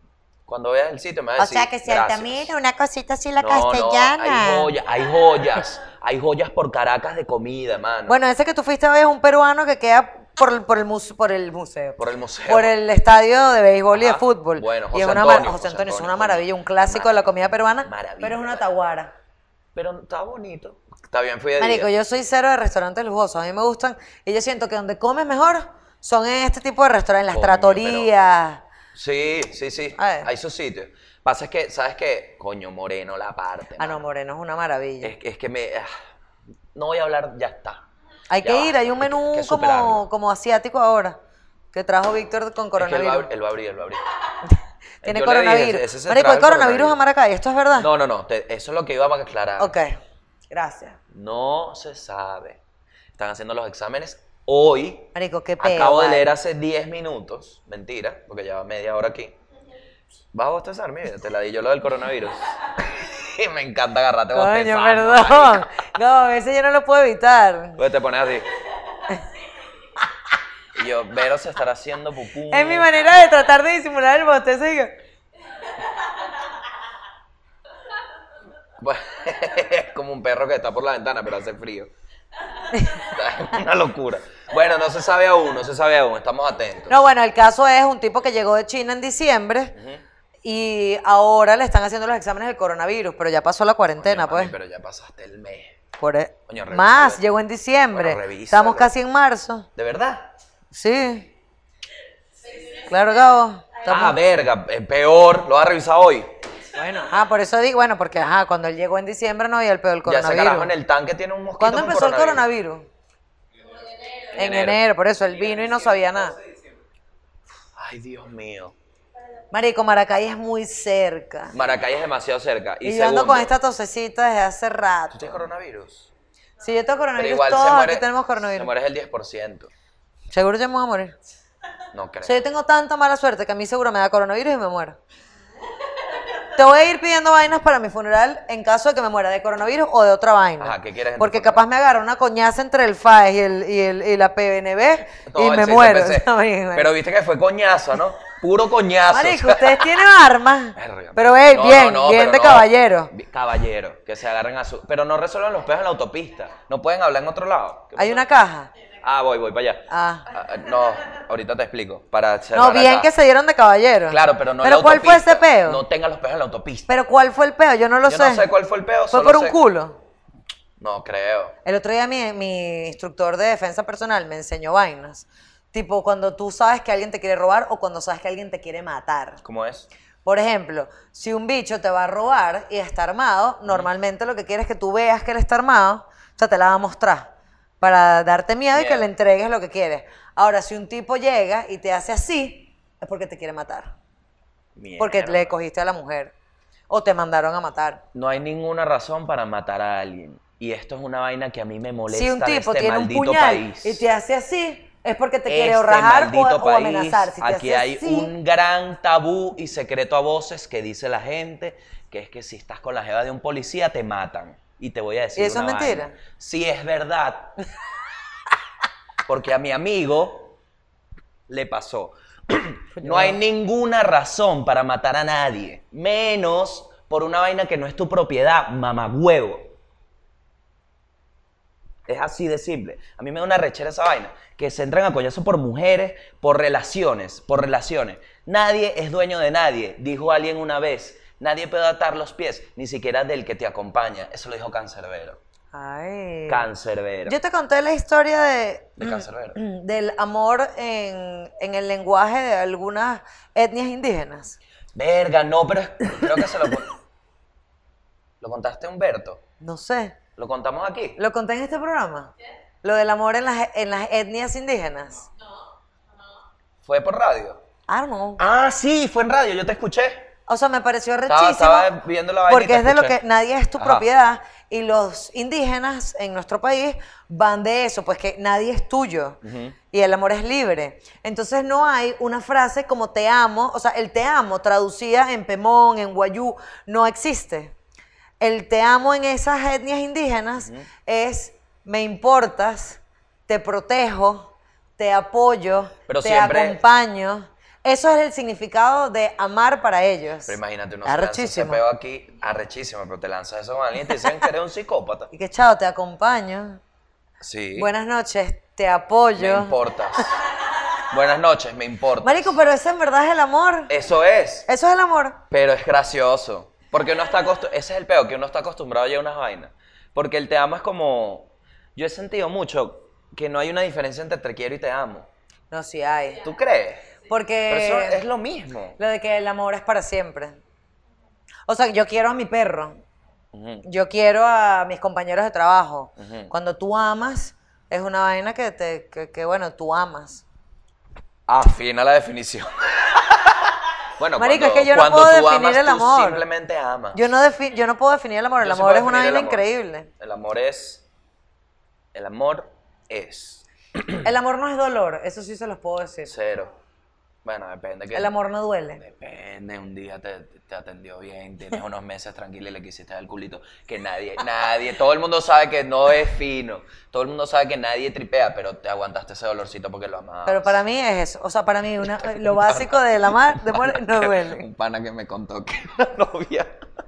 Cuando veas el sitio me vas a O decir sea que si gracias. Altamira, una cosita así la No, castellana. No, hay joyas, hay joyas. Hay joyas por Caracas de comida, mano. Bueno, ese que tú fuiste hoy es un peruano que queda por, el- por, el, muse- por el museo. Por el museo. Por el estadio de béisbol y de Ajá. fútbol. Bueno, y José es una Antonio, mar- José José Antonio, es Antonio, una coño. maravilla, un clásico de la comida peruana, Maravilla. pero es una taguara. Pero está bonito. Está bien, fui de Marico, día. yo soy cero de restaurantes lujosos. A mí me gustan. Y yo siento que donde comes mejor son en este tipo de restaurantes, en las Coño, tratorías. Sí, sí, sí. A ver. Hay sus sitios. Pasa es que, ¿sabes qué? Coño, Moreno, la parte. Ah, no, mano. Moreno es una maravilla. Es, es que me... ah, no voy a hablar, ya está. hay Ya que ir, basta, hay un hay que- menú hay que superarlo. como, como asiático ahora. Que trajo Víctor con Es que él va, a coronavirus. abrir- él va a abrir, él va a abrir. Tiene Yo le dije, coronavirus. ese se Marico, trae hay el coronavirus a Maracay, ¿esto es verdad? No, no, no. te- eso es lo que iba a aclarar. Ok, gracias. No se sabe. Están haciendo los exámenes hoy. Marico, qué peo. Acabo de vale. leer hace diez minutos. Mentira, porque lleva media hora aquí. ¿Vas a bostezar? Mira, te la di yo lo del coronavirus. Y me encanta agarrarte Coño, bostezando, perdón. marica. No, ese yo no lo puedo evitar. Pues te pones así. Y yo, Vero se estará haciendo pupú. Es mi manera de tratar de disimular el bostezo. y que- Pues, es como un perro que está por la ventana, pero hace frío. Es una locura. Bueno, no se sabe aún, no se sabe aún. Estamos atentos. No, bueno, el caso es un tipo que llegó de China en diciembre y ahora le están haciendo los exámenes del coronavirus, pero ya pasó la cuarentena, Coño, mami, pues. pero ya pasaste el mes. Por e- Coño, revísalo. Más, llegó en diciembre. Bueno, revísalo. Estamos casi en marzo. ¿De verdad? Sí. Claro, Gabo. Ah, Estamos- verga, es peor. Lo vas a revisar hoy. Bueno, ah, por eso digo, bueno, porque ajá, cuando él llegó en diciembre no había el peor del Ya ese coronavirus. carajo en el tanque tiene un mosquito ¿Cuándo con empezó el coronavirus? En enero. enero, por eso él vino y no sabía nada. Ay, Dios mío. Marico, Maracay es muy cerca. Maracay es demasiado cerca. Y, Y yo ando segundo, con esta tosecita desde hace ¿tú rato. tienes coronavirus? Si yo tengo Pero coronavirus, igual todos se muere, aquí tenemos se coronavirus. muere el diez por ciento. Seguro yo me voy a morir. No creo. O sea, yo tengo tanta mala suerte que a mí seguro me da coronavirus y me muero. Te voy a ir pidiendo vainas para mi funeral en caso de que me muera de coronavirus o de otra vaina. Ajá, ¿qué quieres en tu Porque funeral? capaz me agarra una coñaza entre el F A E y, el, y, el, y la P N B No, y el me C muero. C P C. O sea, me- Pero viste que fue coñazo, ¿no? Puro coñazo. Marico, o sea. ustedes tienen armas. Verga. Pero hey, No, bien, no, no, bien pero de no. caballero. Bi- Caballero, que se agarren a su... Pero no resuelvan los peos en la autopista. No pueden hablar en otro lado. ¿Qué Hay pasó? una caja. Ah, voy, voy para allá. Ah. Ah, no, ahorita te explico. Para cerrar No, bien acá. que se dieron de caballero. Claro, pero no en ¿Pero la cuál fue autopista. ese peo? No tengan los peos en la autopista. ¿Pero cuál fue el peo? Yo no lo Yo sé. no sé cuál fue el peo, ¿Fue solo por un sé- culo? No creo. El otro día mi, mi instructor de defensa personal me enseñó vainas. Tipo, cuando tú sabes que alguien te quiere robar o cuando sabes que alguien te quiere matar. ¿Cómo es? Por ejemplo, si un bicho te va a robar y está armado, normalmente lo que quiere es que tú veas que él está armado, o sea, te la va a mostrar para darte miedo, y que Miedo. le entregues lo que quieres. Ahora, si un tipo llega y te hace así, es porque te quiere matar. Porque Mierda. le cogiste a la mujer o te mandaron a matar. No hay ninguna razón para matar a alguien. Y esto es una vaina que a mí me molesta Si un de tipo este tiene un maldito puñal país. y te hace así, es porque te quiere Este o rajar o, maldito o país, amenazar. Si te aquí hace hay así, un gran tabú y secreto a voces que dice la gente, que es que si estás con la jeva de un policía te matan. Y te voy a decir ¿Y eso una es mentira? vaina. Sí, es verdad. Porque a mi amigo le pasó. No hay ninguna razón para matar a nadie, menos por una vaina que no es tu propiedad, mamagüevo. Es así de simple. A mí me da una rechera esa vaina. Que se entran a coñazo por mujeres, por relaciones, por relaciones. Nadie es dueño de nadie, dijo alguien una vez. Nadie puede atar los pies, ni siquiera del que te acompaña. Eso lo dijo Cancerbero. Ay. Cancerbero. Yo te conté la historia de, De Cancerbero. del amor en, en el lenguaje de algunas etnias indígenas. Verga, no, pero es- creo que se lo... con- ¿Lo contaste a Humberto? No sé. ¿Lo contamos aquí? ¿Lo conté en este programa? Lo del amor en las, en las etnias indígenas. ¿Fue por radio? I don't know. Ah, sí, fue en radio, yo te escuché. O sea, me pareció Estaba- rechísimo. estaba viendo la vaina y porque te es de lo escuché. que nadie es tu Ajá. propiedad. Y los indígenas en nuestro país van de eso, pues que nadie es tuyo. Y el amor es libre. Entonces no hay una frase como te amo. O sea, el te amo traducida en pemón, en guayú, no existe. El te amo en esas etnias indígenas es me importas, te protejo, te apoyo, Pero te siempre- acompaño. Eso es el significado de amar para ellos. Pero imagínate, uno se lanza ese Arrechísimo. peo aquí, arrechísimo, pero te lanzas eso con alguien y te dicen que eres un psicópata. Y que chao, te acompaño. Sí. Buenas noches, te Me apoyo. importas. Buenas noches, me importa. Marico, pero ese en verdad es el amor. Eso es, Eso es el amor. pero es gracioso. Porque uno está acostumbrado, ese es el peo, que uno está acostumbrado ya a unas vainas. Porque el te amo es como, yo he sentido mucho que no hay una diferencia entre te quiero y te amo. No, sí hay. ¿Tú crees? Porque Pero eso es lo mismo. lo de que el amor es para siempre. O sea, yo quiero a mi perro. Ujú. Yo quiero a mis compañeros de trabajo. Ujú. Cuando tú amas, es una vaina que, te, que, que, bueno, tú amas. Afina la definición. Bueno, Marico, cuando, es que yo no cuando puedo tú definir amas, el tú amor. simplemente amas. Yo no, defi- yo no puedo definir el amor. El Yo sí amor puedo es una definir el vaina amor. increíble. El amor es... El amor es... El amor no es dolor, eso sí se los puedo decir. Cero. Bueno, depende. Que El amor no duele. Depende, un día te, te atendió bien, tienes unos meses tranquilo y le quisiste dar el culito. Que nadie, nadie, todo el mundo sabe que no es fino. Todo el mundo sabe que nadie tripea, pero te aguantaste ese dolorcito porque lo amabas. Pero para mí es eso. O sea, para mí una, lo básico del amar de amor no duele. Un pana que me contó que la novia,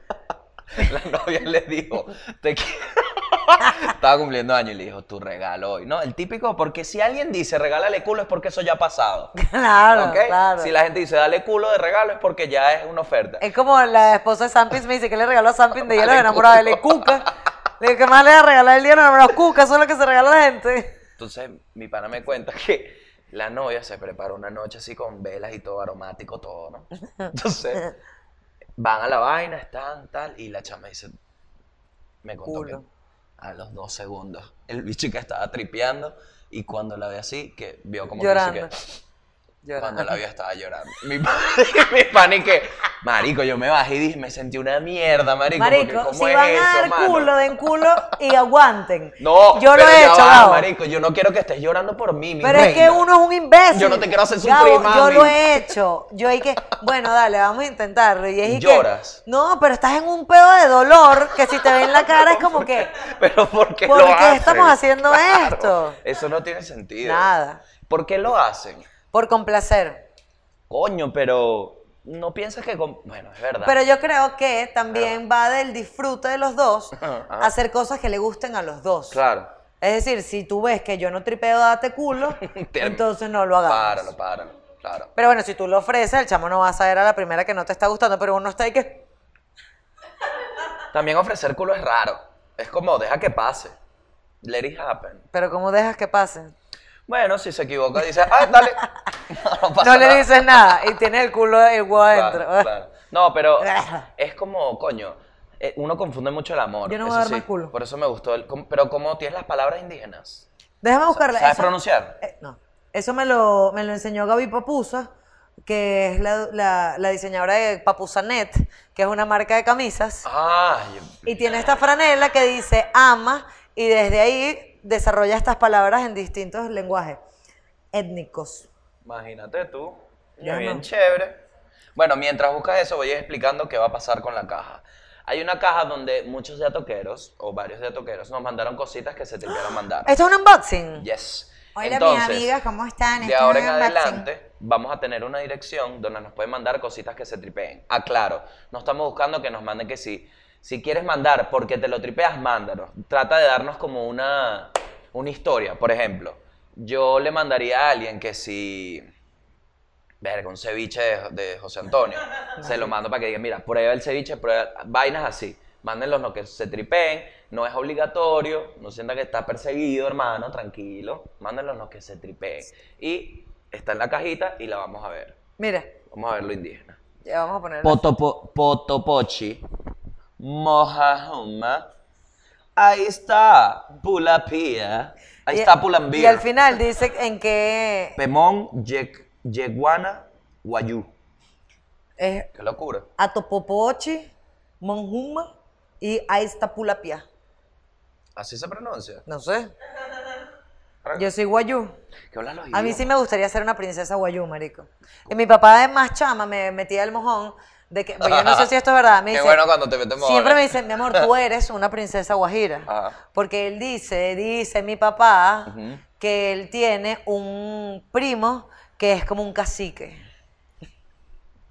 la novia le dijo, te quiero. Estaba cumpliendo años y le dijo, tu regalo hoy. No, el típico, porque si alguien dice regálale culo es porque eso ya ha pasado. Claro, ¿Ok? claro. Si la gente dice dale culo de regalo es porque ya es una oferta. Es como la esposa de Sampins me dice que le regaló a Sampins de hielo de Dale enamorado. culo. Le cuca. Le digo, ¿qué más le va a regalar el día de los enamorados? Cuca, eso es lo que se regala a la gente. Entonces, mi pana me cuenta que la novia se preparó una noche así con velas y todo, aromático, todo, ¿no? Entonces, van a la vaina, están, tal, y la chama dice, me contó Culo. que a los dos segundos el bicho que estaba tripeando, y cuando la ve así, que vio como Llorando. que dice que... Llorando. Cuando la vio estaba llorando. Mi, pa- mi pana y que, marico, yo me bajé y dije, me sentí una mierda, marico. porque Marico, ¿cómo si es van eso, a dar mano? culo, den culo y aguanten. No, yo lo pero he ya hecho, va, Gabo. marico, yo no quiero que estés llorando por mí, mi Pero es que reina. uno es un imbécil. Yo no te quiero hacer sufrir, Gabo, mami. Yo lo he hecho. Yo hay que, bueno, dale, vamos a intentarlo. Y es y que- ¿Lloras? no, pero estás en un pedo de dolor que si te ven la cara es como que, Pero ¿por qué ¿por lo qué hacen? estamos haciendo Claro, esto? Eso no tiene sentido. Nada. ¿Por qué lo hacen? Por complacer. Coño, pero no piensas que... con- Bueno, es verdad. Pero yo creo que también va del disfrute de los dos Ajá. hacer cosas que le gusten a los dos. Claro. Es decir, si tú ves que yo no tripeo date culo, Te- entonces no lo hagamos. Páralo, páralo, claro. Pero bueno, si tú lo ofreces, el chamo no va a saber a la primera que no te está gustando, pero uno está ahí que... También ofrecer culo es raro. Es como, deja que pase. Let it happen. Pero ¿cómo dejas que pase? Bueno, si se equivoca, dice, ah, dale. No, no pasa No le nada. dices nada y tiene el culo, el huevo adentro. Claro, claro. No, pero es como, coño, eh, uno confunde mucho el amor. Yo no voy eso a dar sí. más culo. Por eso me gustó. El, com- pero como tienes las palabras indígenas. Déjame buscarla. ¿Sabes Eso- pronunciar? eh, no. Eso me lo, me lo enseñó Gaby Papusa, que es la, la, la diseñadora de Papusanet, que es una marca de camisas. Ah, Y tiene esta franela que dice ama y desde ahí desarrolla estas palabras en distintos lenguajes étnicos. imagínate tú. Yo bien no. chévere. Bueno, mientras buscas eso, voy a ir explicando qué va a pasar con la caja. Hay una caja donde muchos diatoqueros, o varios diatoqueros, nos mandaron cositas que se te quieran mandar. ¿Esto es un unboxing? Yes. Hola, Entonces, mis amigas, ¿cómo están? De Esto ahora es en un unboxing. adelante vamos a tener una dirección donde nos pueden mandar cositas que se tripeen. Aclaro, no estamos buscando que nos manden que sí. Si quieres mandar porque te lo tripeas, mándanos. Trata de darnos como una, una historia. Por ejemplo, yo le mandaría a alguien que si... Verga, un ceviche de, de José Antonio. Se lo mando para que diga, mira, prueba el ceviche, prueba... Vainas así. Mándenlos no que se tripeen, no es obligatorio, no sienta que está perseguido, hermano, tranquilo. Mándenlos no que se tripeen. Y está en la cajita y la vamos a ver. Mira, Vamos a ver lo indígena. ya vamos a poner. Potopo, Potopochi, Mojahuma, ahí está, Pulapía, ahí Y- está Y Pulambía, al final dice en qué Pemón, Yec- Yeguana, Guayú. es Qué locura. Atopopochi, Monjuma y Aiztapulapia. Así se pronuncia. No sé. Yo soy guayú. ¿Qué hablan los A mí idiomas? sí me gustaría ser una princesa guayú, marico. Y mi papá es más chama, me metía el mojón de que, yo no sé si esto es verdad, me Qué dice, bueno cuando te metes siempre mojones. me dice, mi amor, tú eres una princesa guajira. Ajá. Porque él dice, dice mi papá, Ujú. que él tiene un primo que es como un cacique.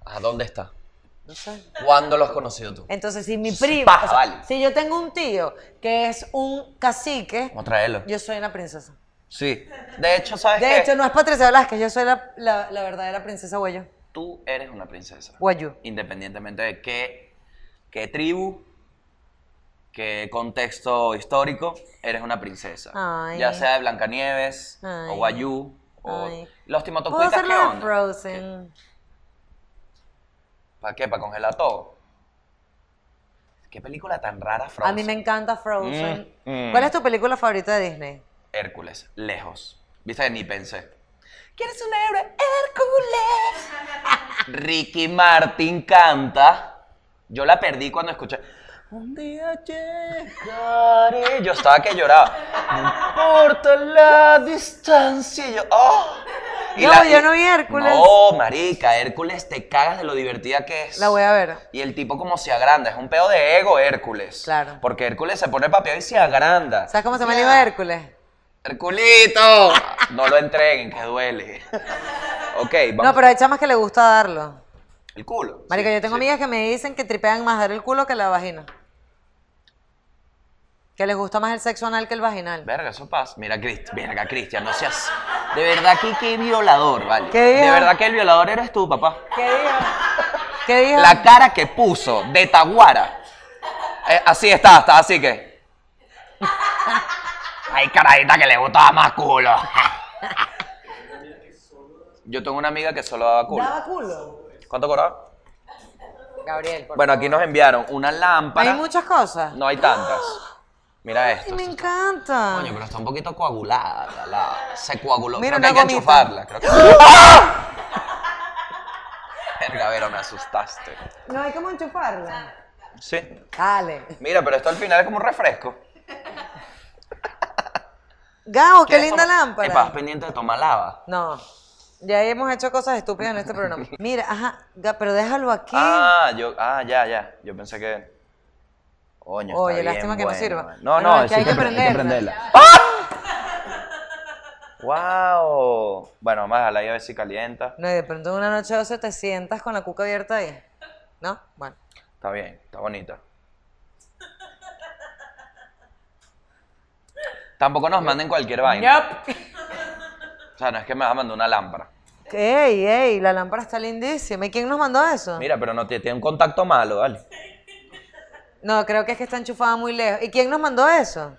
¿A dónde está? No sé. ¿Cuándo lo has conocido tú? Entonces, si mi primo, Paja, o sea, vale. si yo tengo un tío que es un cacique, Vamos a traerlo. yo soy una princesa. Sí. De hecho, ¿sabes De qué? hecho, no es Patricia Velázquez, yo soy la, la, la verdadera princesa Guayú. Tú eres una princesa. Guayú. Independientemente de qué, qué tribu, qué contexto histórico, eres una princesa. Ay. Ya sea de Blancanieves, Ay. o Guayú, o Ay. los ¿Puedo Timotocuicas, hacerlo ¿qué de onda? Frozen? ¿Para qué? ¿Para congelar todo? ¿Qué película tan rara, Frozen? A mí me encanta Frozen. Mm, mm. ¿Cuál es tu película favorita de Disney? Hércules, lejos. ¿Viste? Ni pensé. ¿Quieres un héroe? ¡Hércules! Ricky Martin canta. Yo la perdí cuando escuché. Un día llegaré. Yo estaba que lloraba. No importa la distancia. Y yo, ¡oh! Y No, yo no vi Hércules. No, marica, Hércules te cagas de lo divertida que es. La voy a ver. Y el tipo como se agranda, es un peo de ego Hércules. Claro. Porque Hércules se pone papeado y se agranda. ¿Sabes cómo se llama el hijo de Hércules? ¡Herculito! No lo entreguen, que duele. Ok, vamos. No, pero hay chamas que le gusta darlo. El culo. Marica, Sí, yo tengo sí. amigas que me dicen que tripean más dar el culo que la vagina. Que les gusta más el sexo anal que el vaginal. Verga, eso pasa. Mira, Cristian, verga, Cristian, no seas... De verdad que qué violador, ¿vale? ¿Qué dijo? De verdad que el violador eres tú, papá. ¿Qué dijo? ¿Qué dijo? La cara que puso de Taguara. Eh, así está, está así que... Ay, carajita que le gustaba más culo. Yo tengo una amiga que solo daba culo. ¿Daba culo? ¿Cuánto cobraba? Gabriel, por Bueno, aquí nos enviaron una lámpara. Hay muchas cosas. No hay tantas. Mira esto. Ay, me esto está- encanta. Coño, pero está un poquito coagulada. La, la- se coaguló. Mira, Creo que una hay que gomita. enchufarla. Creo que... ¡Ah! Verga, Vero, me asustaste. No hay como enchufarla. Sí. Dale. Mira, pero esto al final es como un refresco. Gabo, qué ¿Quieres linda tomar? lámpara. Epa, vas pendiente de tomar lava. No. Ya hemos hecho cosas estúpidas en este programa. Mira, ajá, Ga- pero déjalo aquí. Ah, yo, ah, ya, ya. Yo pensé que. Coño, Oye, está bien lástima que no bueno. sirva. No, Pero no, es que hay sí que pre- prenderla. ¡Wow! Bueno, vamos a dejarla ahí a ver si calienta. No, y de pronto en una noche de doce te sientas con la cuca abierta ahí. ¿No? Bueno. Está bien, está bonita. Tampoco nos manden cualquier vaina. Yup. O sea, no es que me vas a mandar una lámpara. Ey, ey, la lámpara está lindísima. ¿Y quién nos mandó eso? Mira, pero no tiene, tiene un contacto malo, dale. No, creo que es que está enchufada muy lejos. ¿Y quién nos mandó eso?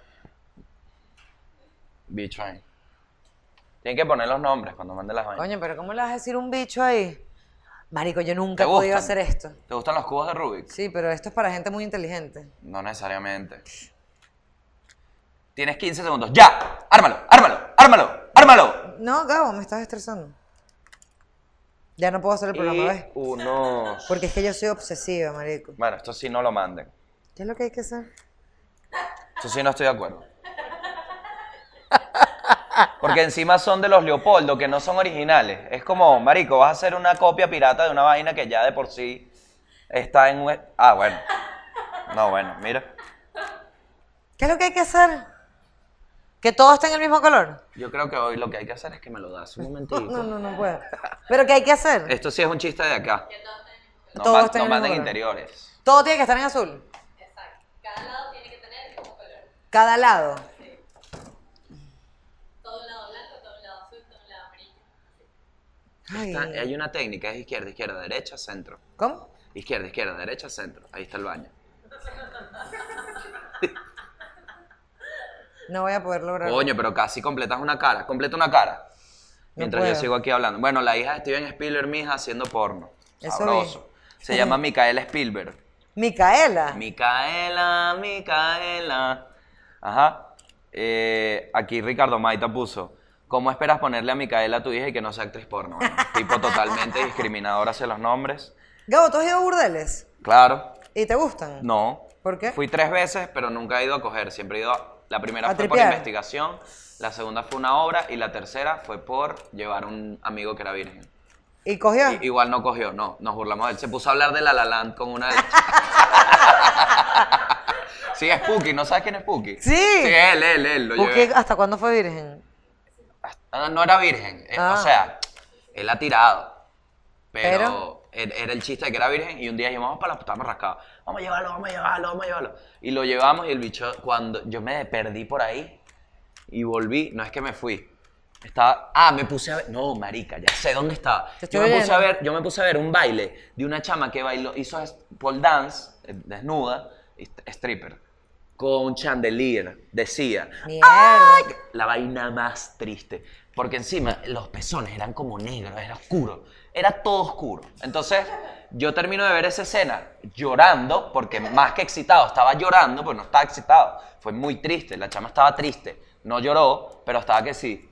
B-Train. Tienen que poner los nombres cuando manden las vainas. Coño, pero ¿cómo le vas a decir un bicho ahí? Marico, yo nunca ¿Te he podido gustan? hacer esto. ¿Te gustan los cubos de Rubik? Sí, pero esto es para gente muy inteligente. No necesariamente. Tienes quince segundos. ¡Ya! ¡Ármalo! ¡Ármalo! ¡Ármalo! ¡Ármalo! No, Gabo, me estás estresando. Ya no puedo hacer el programa, ¿ves? Y unos... Porque es que yo soy obsesiva, marico. Bueno, esto sí no lo manden. ¿Qué es lo que hay que hacer? Esto sí no estoy de acuerdo. Porque encima son de los Leopoldo, que no son originales. Es como, marico, vas a hacer una copia pirata de una vaina que ya de por sí está en... un- Ah, bueno. No, bueno, mira. ¿Qué es lo que hay que hacer? ¿Que todo esté en el mismo color? Yo creo que hoy lo que hay que hacer es que me lo das un momentito. No, no, no puedo. ¿Pero qué hay que hacer? Esto sí es un chiste de acá. No, Todo man- está en no el manden mismo color. interiores. Todo tiene que estar en azul. Cada lado tiene que tener el mismo color. Cada lado. Todo un lado blanco, todo un lado azul, todo un lado amarillo. Ay. Está- hay una técnica, es izquierda, izquierda, derecha, centro. ¿Cómo? Izquierda, izquierda, derecha, centro. Ahí está el baño. No voy a poder lograrlo. Coño, pero casi completas una cara. Completa una cara. Mientras yo puedo. sigo aquí hablando. Bueno, la hija de Steven Spielberg, mi hija, haciendo porno. Eso Sabroso. Se llama Micaela Spielberg. Micaela. Micaela, Micaela. Ajá. Eh, aquí Ricardo Maita puso, ¿cómo esperas ponerle a Micaela a tu hija y que no sea actriz porno? Bueno, tipo totalmente discriminador hacia los nombres. Gabo, ¿tú has ido a burdeles? Claro. ¿Y te gustan? No. ¿Por qué? Fui tres veces, pero nunca he ido a coger. Siempre he ido a... La primera ¿A fue por tripear? investigación, la segunda fue una obra y la tercera fue por llevar un amigo que era virgen. ¿Y cogió? I- igual no cogió, no, nos burlamos de él. Se puso a hablar de La La Land con una... Sí, es Spooky, ¿no sabes quién es Spooky? Sí. Sí, él, él, él. Lo ¿Por llevé. qué? ¿Hasta cuándo fue virgen? Ah, no era virgen, eh, Ah. o sea, él ha tirado. Pero, er- era el chiste de que era virgen y un día dijimos, vamos para la estamos rascados. Vamos a llevarlo, vamos a llevarlo, vamos a llevarlo. Y lo llevamos y el bicho, cuando yo me perdí por ahí y volví, no es que me fui. Estaba, ah, me puse a ver, no, marica, ya sé dónde estaba. Te Yo estoy me puse a oyendo. ver, yo me puse a ver un baile de una chama que bailó, hizo es- pole dance, eh, desnuda, y st- stripper, con chandelier, decía. Mierda. La vaina más triste. Porque encima los pezones eran como negros, era oscuro. Era todo oscuro. Entonces, yo termino de ver esa escena llorando, porque más que excitado, estaba llorando, porque no estaba excitado. Fue muy triste, la chama estaba triste. No lloró, pero estaba que sí.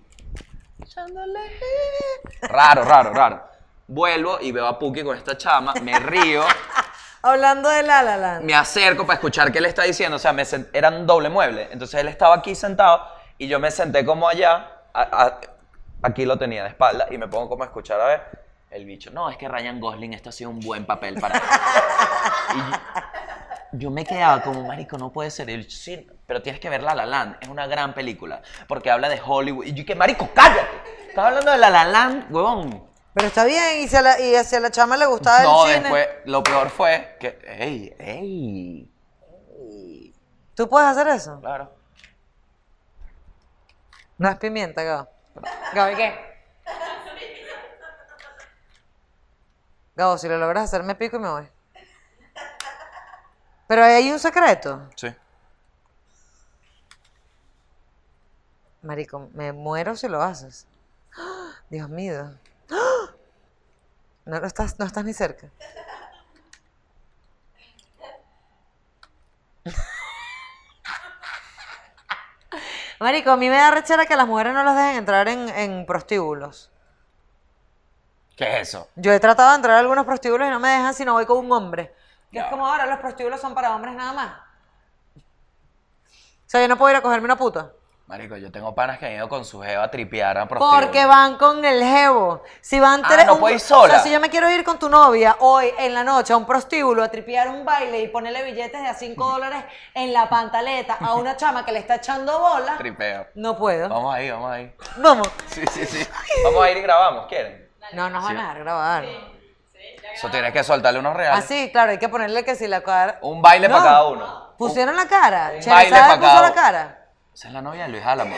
Raro, raro, raro. Vuelvo y veo a Puki con esta chama, me río, Hablando de La La Land. me acerco para escuchar qué le está diciendo. O sea, me sent- era un doble mueble. Entonces él estaba aquí sentado y yo me senté como allá. a- a- aquí lo tenía de espalda y me pongo como a escuchar a ver. El bicho, no, es que Ryan Gosling, esto ha sido un buen papel para él. Y yo, yo me quedaba como, marico, no puede ser. Y él, sí, pero tienes que ver La La Land, es una gran película, porque habla de Hollywood. Y yo, que marico, cállate. Estás hablando de La La Land, huevón. Pero está bien, y si a la, y si a la chama le gustaba No, el cine. después, lo peor fue que, ey, ey, ey, ¿Tú puedes hacer eso? claro. No es pimienta, Gabo. Gabo, ¿y qué? Gabo, si lo logras hacer, me pico y me voy. Pero ahí hay un secreto. Sí. Marico, me muero si lo haces. ¡Ah! Dios mío. ¡Ah! No, lo estás, no estás ni cerca. Marico, a mí me da rechera que las mujeres no las dejen entrar en, en prostíbulos. ¿Qué es eso? Yo he tratado de entrar a algunos prostíbulos y no me dejan si no voy con un hombre. Que Ya. es como ahora, los prostíbulos son para hombres nada más. O sea, yo no puedo ir a cogerme una puta. Marico, yo tengo panas que han ido con su jeva a tripear a prostíbulos. Porque van con el jevo. Si van Ah, tres. no un- puedes ir sola. O sea, si yo me quiero ir con tu novia hoy en la noche a un prostíbulo a tripear un baile y ponerle billetes de a cinco dólares en la pantaleta a una chama que le está echando bola, Tripeo. no puedo. Vamos ahí, vamos ahí. Vamos. Sí, sí, sí. Vamos a ir y grabamos, ¿quieren? No nos van Sí. a dejar grabar. Eso tienes que soltarle unos Ah, reales. sí, claro, hay que ponerle que si la cara. Un baile No. para cada uno. Pusieron la cara. un Cherizada baile pa' puso cada la uno. cara. Esa es la novia de Luis Álamo.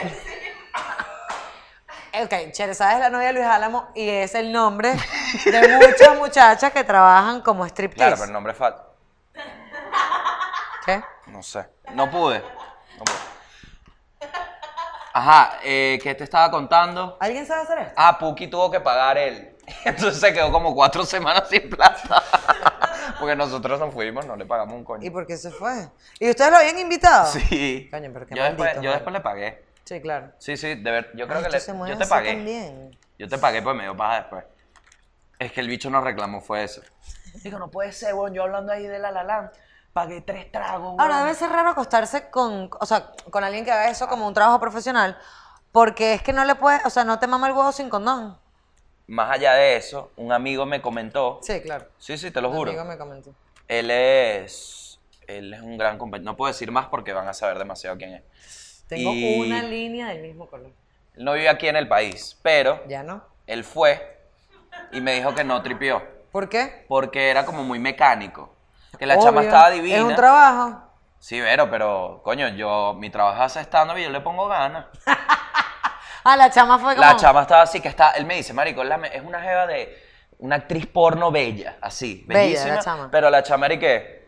Ok, Cherizada es la novia de Luis Álamo y es el nombre de muchas muchachas que trabajan como striptease. Claro, pero el nombre es falso. ¿Qué? No sé. No pude. No pude. Ajá, eh, ¿qué te estaba contando? ¿Alguien sabe hacer esto? Ah, Puki tuvo que pagar él. Entonces se quedó como cuatro semanas sin plata. Porque nosotros nos fuimos, no le pagamos un coño. ¿Y por qué se fue? ¿Y ustedes lo habían invitado? Sí. Coño, pero qué yo después, maldito, yo man. después le pagué. Sí, claro. Sí, sí, de ver, yo creo Ay, que esto le, se mueve yo te así pagué. también. Yo te pagué, pues me dio paja después. Es que el bicho nos reclamó, fue eso. Digo, no puede ser, weón, yo hablando ahí de La La Land, pagué tres tragos, Ahora, weón. debe ser raro acostarse con, o sea, con alguien que haga eso como un trabajo profesional, porque es que no le puedes, o sea, no te mama el huevo sin condón. Más allá de eso, un amigo me comentó. Sí, claro. Sí, sí, te lo Un juro. amigo me comentó. Él es. Él es un gran compañero. No puedo decir más porque van a saber demasiado quién es. Tengo Y- una línea del mismo color. Él no vive aquí en el país, pero ¿Ya no? él fue y me dijo que no tripió. ¿Por qué? Porque era como muy mecánico. Que la Obvio, chama estaba divina. Es un trabajo. Sí, Vero, pero coño, yo, mi trabajo es stand-up y yo le pongo ganas. Ah, la chama fue como... La chama estaba así, que está, él me dice, marico, es la me- es una jeva de una actriz porno bella, así, Bella, bellísima. la chama. Pero la chama era y qué,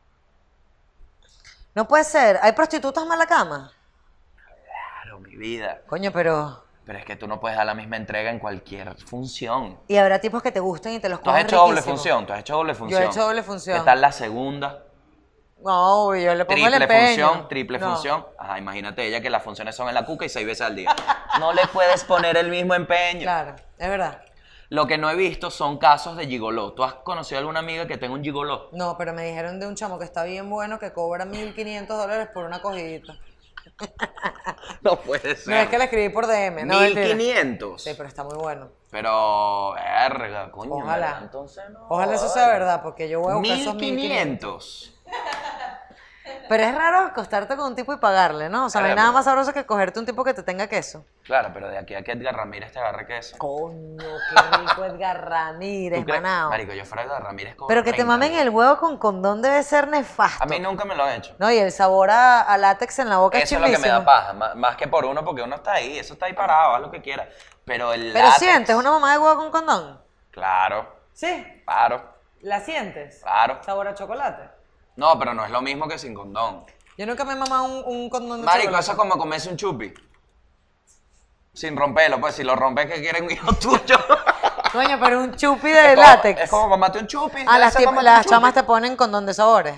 No puede ser. ¿Hay prostitutas mala cama? claro, mi vida. Coño, pero... Pero es que tú no puedes dar la misma entrega en cualquier función. Y habrá tipos que te gusten y te los Tú has cogen hecho doble riquísimo. función, tú has hecho doble función. hecho doble función. ¿Qué tal la segunda? No, yo le pongo el Triple empeño. función, triple No. función. Ajá, imagínate ella que las funciones son en la cuca y seis veces al día. No le puedes poner el mismo empeño. Claro, es verdad. Lo que no he visto son casos de gigoló. ¿Tú has conocido alguna amiga que tenga un gigoló? No, pero me dijeron de un chamo que está bien bueno que cobra mil quinientos dólares por una cogidita. No puede ser. No, es que le escribí por D M. No, mil mentira. quinientos. Sí, pero está muy bueno. Pero, verga, coño. Ojalá. ¿verdad? Entonces no. Ojalá eso sea verdad, porque yo voy a buscar esos mil mil quinientos. quinientos. Pero es raro acostarte con un tipo y pagarle, ¿no? O sea, no hay Claro. nada más sabroso que cogerte un tipo que te tenga queso. Claro, pero de aquí a que Edgar Ramírez te agarre queso. Coño, qué rico Edgar Ramírez, ¿Tú crees? manao. Marico, yo fuera Edgar Ramírez como Pero que te treinta mamen mil. el huevo con condón debe ser nefasto. A mí nunca me lo han hecho. No, y el sabor a, a látex en la boca es Eso es lo que me da chimísimo. paja, má- más que por uno, porque uno está ahí, eso está ahí parado, haz lo que quiera. Pero el Pero látex, sientes una mamá de huevo con condón. Claro, Sí. claro, ¿La sientes? claro. Sabor a chocolate. No, pero no es lo mismo que sin condón. Yo nunca me he mamado un, un condón de Marico, chocolate. eso es como comerse un chupi. Sin romperlo, pues si lo rompes que quieren un hijo tuyo. Coño, pero un chupi de Es como- látex. Es como mamarte un chupi. Ah, las, ese tip- mamate las un chupi. chamas te ponen condón de sabores.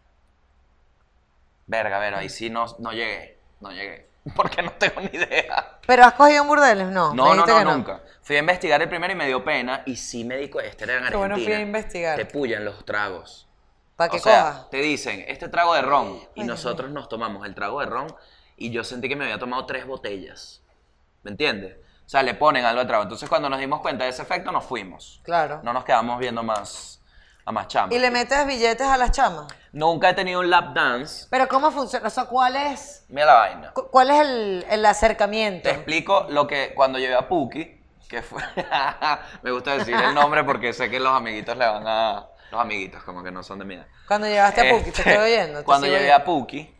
Verga, pero ahí sí no, no llegué, no llegué. Porque no tengo ni idea. ¿Pero has cogido en burdeles? No. me No, no, dijiste no, que nunca. Fui a investigar el primero y me dio pena. Y sí me di cuenta, este era en Qué Argentina. bueno, fui a investigar. Te pullan los tragos. Para que o sea, cojas. te dicen, este trago de ron. Y Ay, nosotros nos tomamos el trago de ron. Y yo sentí que me había tomado tres botellas. ¿Me entiendes? O sea, le ponen algo de trago. Entonces cuando nos dimos cuenta de ese efecto, nos fuimos. Claro. No nos quedamos viendo más a más chamas. ¿Y le metes billetes a las chamas? Nunca he tenido un lap dance. ¿Pero cómo funciona? O sea, ¿cuál es, Mira la vaina. cu- cuál es el, el acercamiento? Te explico lo que cuando llevé a Puki, que fue... me gusta decir el nombre porque sé que los amiguitos le van a... Los amiguitos, como que no son de mi edad. Cuando llegaste a Puki, te Este, estoy oyendo. te Cuando sigo llegué a oyendo. Puki,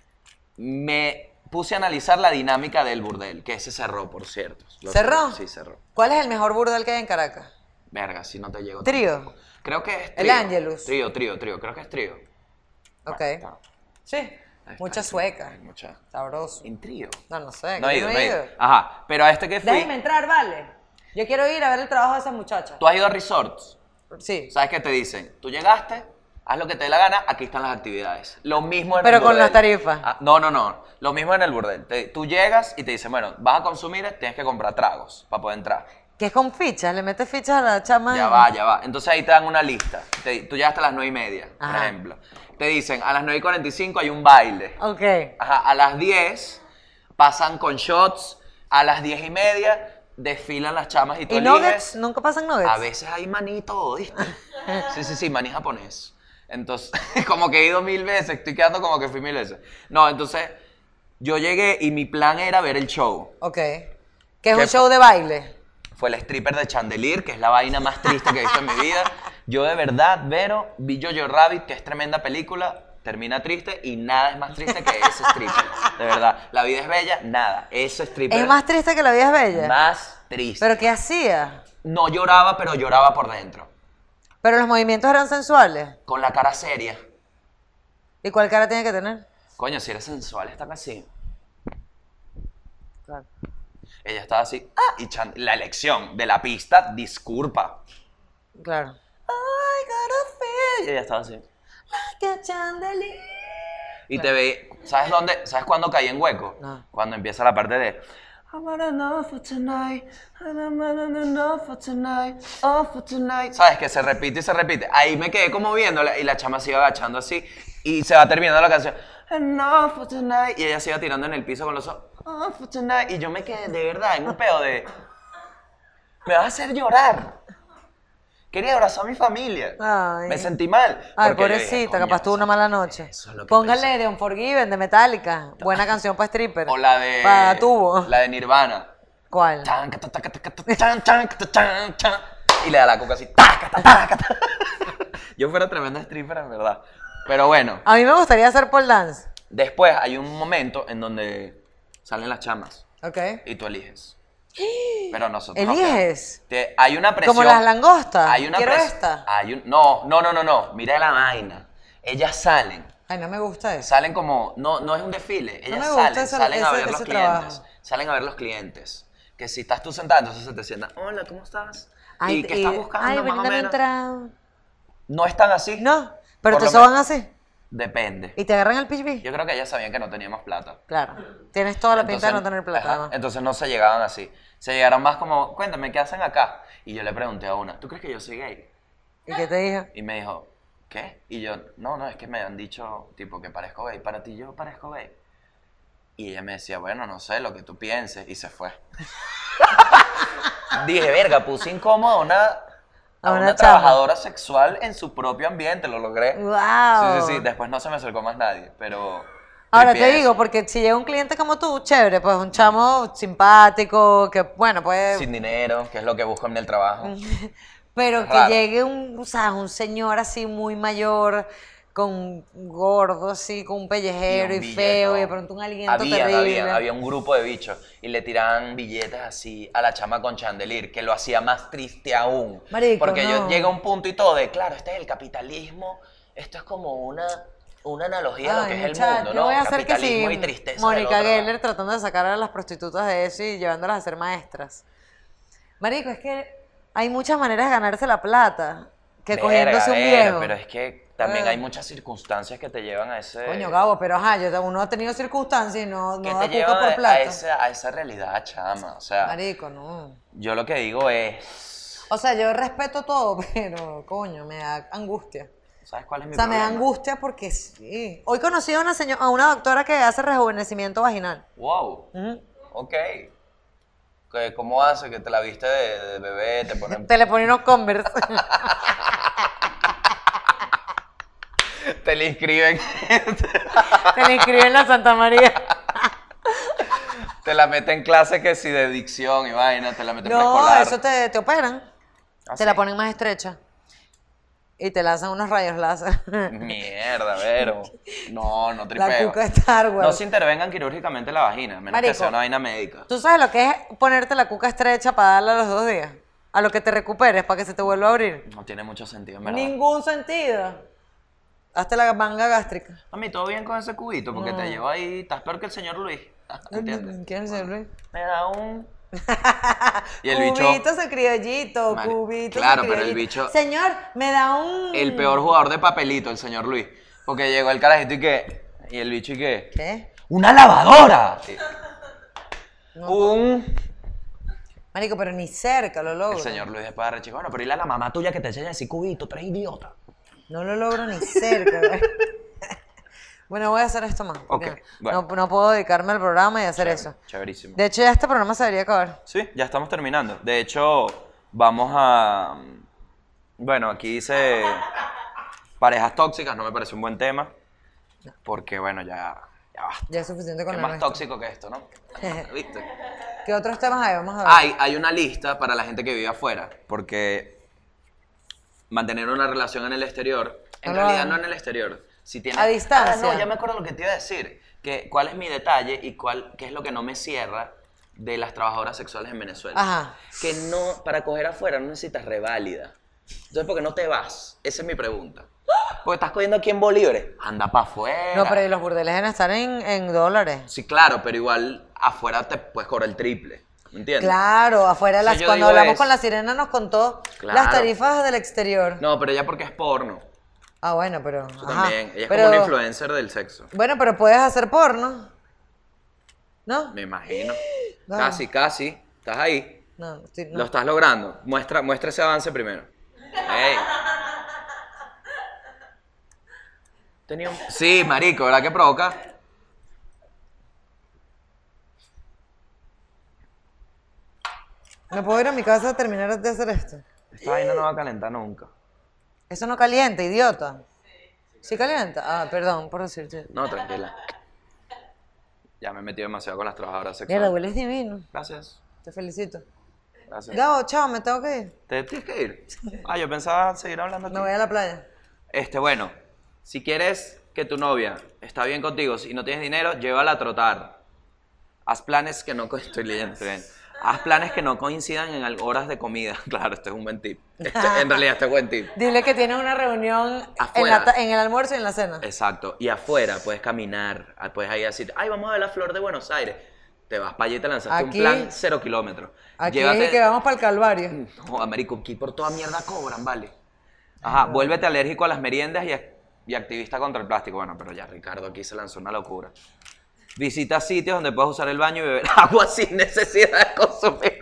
me puse a analizar la dinámica del burdel, que ese cerró, por cierto. Lo ¿Cerró? Sí, cerró. ¿Cuál es el mejor burdel que hay en Caracas? Verga, si no te llego. ¿Trío? tampoco. Creo que es El trío. Angelus. Trío, trío, trío. Creo que es trío. Ok. Bueno, está. Sí. Ahí está, Mucha sí, sueca. hay Mucha. Sabroso. En trío. No, no sé. No que he yo ido, no he ido. Ajá, pero a este que fui... Déjame entrar, vale. Yo quiero ir a ver el trabajo de esas muchachas. ¿Tú has ido a resorts? Sí. ¿Sabes qué te dicen? Tú llegaste, haz lo que te dé la gana, aquí están las actividades. Lo mismo en Pero el con burdel. las tarifas. Ah, no, no, no. Lo mismo en el burdel. Te- tú llegas y te dicen, bueno, vas a consumir, tienes que comprar tragos para poder entrar. Que es con fichas, le metes fichas a la chama. Ya va, ya va. Entonces ahí te dan una lista. Te- tú llegaste a las nueve y media, por Ajá. ejemplo. Te dicen, a las nueve y cuarenta y cinco hay un baile. Ok. Ajá, a las diez pasan con shots. A las diez y media desfilan las chamas y tú ¿Y eliges. nuggets? ¿Nunca pasan nuggets? A veces hay maní y todo, ¿viste? Sí, sí, sí, maní japonés. Entonces, como que he ido mil veces, estoy quedando como que fui mil veces. No, entonces, yo llegué y mi plan era ver el show. Ok. Que es ¿Qué un show de baile. Fue el stripper de Chandelier, que es la vaina más triste que he visto en mi vida. Yo de verdad, Vero, vi Jojo Rabbit, que es tremenda película, termina triste y nada es más triste que ese stripper. De verdad, la vida es bella, nada. Ese stripper Es más triste que la vida es bella. más triste. ¿Pero qué hacía? No lloraba, pero lloraba por dentro. Pero los movimientos eran sensuales. Con la cara seria. ¿Y cuál cara tiene que tener? Coño, si eres sensual, está así. Claro. Ella estaba así. Ah, y Chan- la elección de la pista, disculpa. Claro. I gotta feel. Y ella estaba así. Like a chandelier. Y te ve, ¿sabes dónde? ¿Sabes cuándo caí en hueco? No. Cuando empieza la parte de I want enough for tonight, I want enough for tonight, oh for tonight. ¿Sabes? Que se repite y se repite. Ahí me quedé como viéndola y la chama se iba agachando así y se va terminando la canción. Enough for tonight. Y ella se iba tirando en el piso con los ojos. Oh for tonight. Y yo me quedé de verdad en un pedo de me vas a hacer llorar. Quería abrazar a mi familia. Ay. Me sentí mal. Ay, porque yo dije, pobrecita, "Coño, capaz tuvo una mala noche. eso es lo que Póngale pensé". de Unforgiven de Metallica. Buena canción para stripper. O la de. Para tubo. La de Nirvana. ¿Cuál? Chan, cata, taca, taca, ta, chan, chan, cata, chan, chan. Y le da la coca así. Taca, ta, taca, ta. Yo fuera tremenda stripper, en verdad. Pero bueno, A mí me gustaría hacer pole dance. después hay un momento en donde salen las chamas Ok. y tú eliges. Pero nosotros. no ¿Eliges? quedamos. Te- hay una presión. Como las langostas. Hay una Quiero pres- esta. Hay un, no, no, no, no, no. Mira la vaina. Ellas salen. Ay, no me gusta eso. Salen como, no, no es un desfile, ellas me gusta salen, ese- salen a ese- ver los ese clientes, trabajo. salen a ver los clientes. Que si estás tú sentado, entonces se te sientan, hola, ¿cómo estás? Ay, ¿Y qué estás buscando Ay, más o bríndame un menos? trago. No están así. No, pero Por te lo soban men- así. Depende. Y te agarran el pitch Yo creo que ellas sabían que no teníamos plata. Claro. Tienes toda la pinta de no Entonces- tener plata. ajá, ¿no? entonces no se llegaban así. Se llegaron más como, cuéntame, ¿qué hacen acá? Y yo le pregunté a una, ¿tú crees que yo soy gay? ¿Y qué te dijo? Y me dijo, ¿qué? Y yo, no, no, es que me han dicho, tipo, que parezco gay. Para ti yo parezco gay. Y ella me decía, bueno, no sé, lo que tú pienses. Y se fue. Dije, verga, puse incómodo una a A una, una chama. trabajadora sexual en su propio ambiente, lo logré. ¡Wow! Sí, sí, sí, después no se me acercó más nadie, pero... Ahora tripié te digo, eso. porque si llega un cliente como tú, chévere, pues un chamo simpático, que bueno, pues... Sin dinero, que es lo que busco en el trabajo. Pero Es que raro. llegue un, o sea, un señor así muy mayor, con gordo, así, con un pellejero y, un feo, y de billetón. pronto un aliento Habían, terrible. habían, había un grupo de bichos y le tiraban billetes así a la chama con chandelier, que lo hacía más triste aún. Marico, Porque yo no. llega un punto y todo de, claro, este es el capitalismo, esto es como una, una analogía a lo Ay, que es el muchacho, mundo, yo ¿no? voy a hacer que Capitalismo sí, y tristeza. del Mónica otro lado. Geller tratando de sacar a las prostitutas de eso y llevándolas a ser maestras. Marico, es que hay muchas maneras de ganarse la plata que Verga, cogiéndose un verga, viejo. Pero es que también Eh. hay muchas circunstancias que te llevan a ese... Coño, Gabo, pero ajá, yo, uno ha tenido circunstancias y no, que no te da llevan cuca por a, a plata. esa, a esa realidad, chama. O sea, Marico, no. yo lo que digo es... O sea, yo respeto todo, pero coño, me da angustia. ¿Sabes cuál es mi O sea, me da problema? angustia porque sí. Hoy conocí a una, seño- a una doctora que hace rejuvenecimiento vaginal. Wow, Ujú. ok. ¿Qué- ¿Cómo hace? Que te la viste de, de bebé, te ponen... Te le pone unos Converse. te le inscriben, Te le inscriben en la Santa María. te la meten en clases que si de dicción y vaina, te la meten en No, preescolar. eso te, te operan. ¿Ah, Te sí? la ponen más estrecha. Y te lanzan unos rayos láser. Mierda, Vero. No, no La tripeo. cuca de Star Wars. No se intervengan quirúrgicamente la vagina, a menos que Marico. sea una vaina médica. ¿Tú sabes lo que es ponerte la cuca estrecha para darla a los dos días? A lo que te recuperes, para que se te vuelva a abrir. No tiene mucho sentido, en verdad. Ningún sentido. Hazte la manga gástrica. A mí todo bien con ese cubito, porque te llevo ahí, estás peor que el señor Luis. ¿Entiendes? ¿Quién es el Luis? Me da un... Y el bicho... Cubitos de criollito, Mari- cubitos claro, de pero el criollito. bicho- Señor, me da un... El peor jugador de papelito, el señor Luis. Porque llegó el carajito y que... Y el bicho y que... ¿Qué? ¡Una lavadora! Un... Marico, pero ni cerca lo logro. El señor Luis después de chico, bueno, pero ¿y la mamá tuya que te enseña ese cubito? Tú eres idiota. No lo logro ni cerca. güey. Bueno, voy a hacer esto más. porque Ok, bueno. no, no puedo dedicarme al programa y hacer eso. Chéverísimo. De hecho, ya este programa se debería acabar. Sí, ya estamos terminando. De hecho, vamos a... Bueno, aquí dice... Parejas tóxicas, no me parece un buen tema. Porque, bueno, ya... Ya basta. Ya es suficiente con ¿Qué el más nuestro. tóxico que esto, no? ¿Viste? ¿Qué otros temas hay? Vamos a ver. Hay, hay una lista para la gente que vive afuera, porque mantener una relación en el exterior, en No lo realidad hagan. no en el exterior, si tienes... A distancia. Ah, no, ya me acuerdo lo que te iba a decir, que cuál es mi detalle y cuál, qué es lo que no me cierra de las trabajadoras sexuales en Venezuela. Ajá. Que no, para coger afuera no necesitas reválida. Entonces, ¿por qué no te vas? Esa es mi pregunta. Porque estás cogiendo aquí en Bolívares, anda para afuera. No, pero ¿y los burdeles deben estar en, en dólares? Sí, claro, pero igual afuera te puedes cobrar el triple, ¿me entiendes? Claro, afuera, O sea, las, yo cuando digo hablamos es- con la sirena nos contó Claro. las tarifas del exterior. No, pero ella porque es porno. Ah, bueno, pero... Eso ajá. también. Ella es Pero- como una influencer del sexo. Bueno, pero puedes hacer porno. ¿No? Me imagino. No. Casi, casi. Estás ahí. No, estoy- no. Lo estás logrando. Muestra, muestra ese avance primero. Ey. Tenía un... Sí, marico, ¿verdad que provoca? ¿Me puedo ir a mi casa a terminar de hacer esto? Esta vaina no va a calentar nunca. Eso no calienta, idiota. ¿Sí calienta? Ah, perdón por decirte. No, tranquila. Ya me he metido demasiado con las trabajadoras Mierda, sexuales. hueles divino. Gracias. Te felicito. Gracias. Gabo, chao, me tengo que ir. ¿Te tienes que ir? Ah, yo pensaba seguir hablando aquí. Me voy a la playa. Este, bueno, si quieres que tu novia está bien contigo y no tienes dinero, llévala a trotar. Haz planes que no... co- Estoy leyendo, estoy leyendo. Haz planes que no coincidan en al- horas de comida. Claro, este es un buen tip. Este- en realidad, este es buen tip. Dile que tienes una reunión en, Afuera. la ta- en el almuerzo y en la cena. Exacto. Y afuera puedes caminar, ah, puedes ahí decir, ay, vamos a ver la flor de Buenos Aires. Te vas para allá y te lanzaste Aquí- un plan cero kilómetros. Aquí Llévate- que vamos para el Calvario. No, Américo, aquí por toda mierda cobran, vale. Ajá, vuélvete alérgico a las meriendas y, ac- y activista contra el plástico. Bueno, pero ya Ricardo aquí se lanzó una locura. Visita sitios donde puedes usar el baño y beber agua sin necesidad de consumir.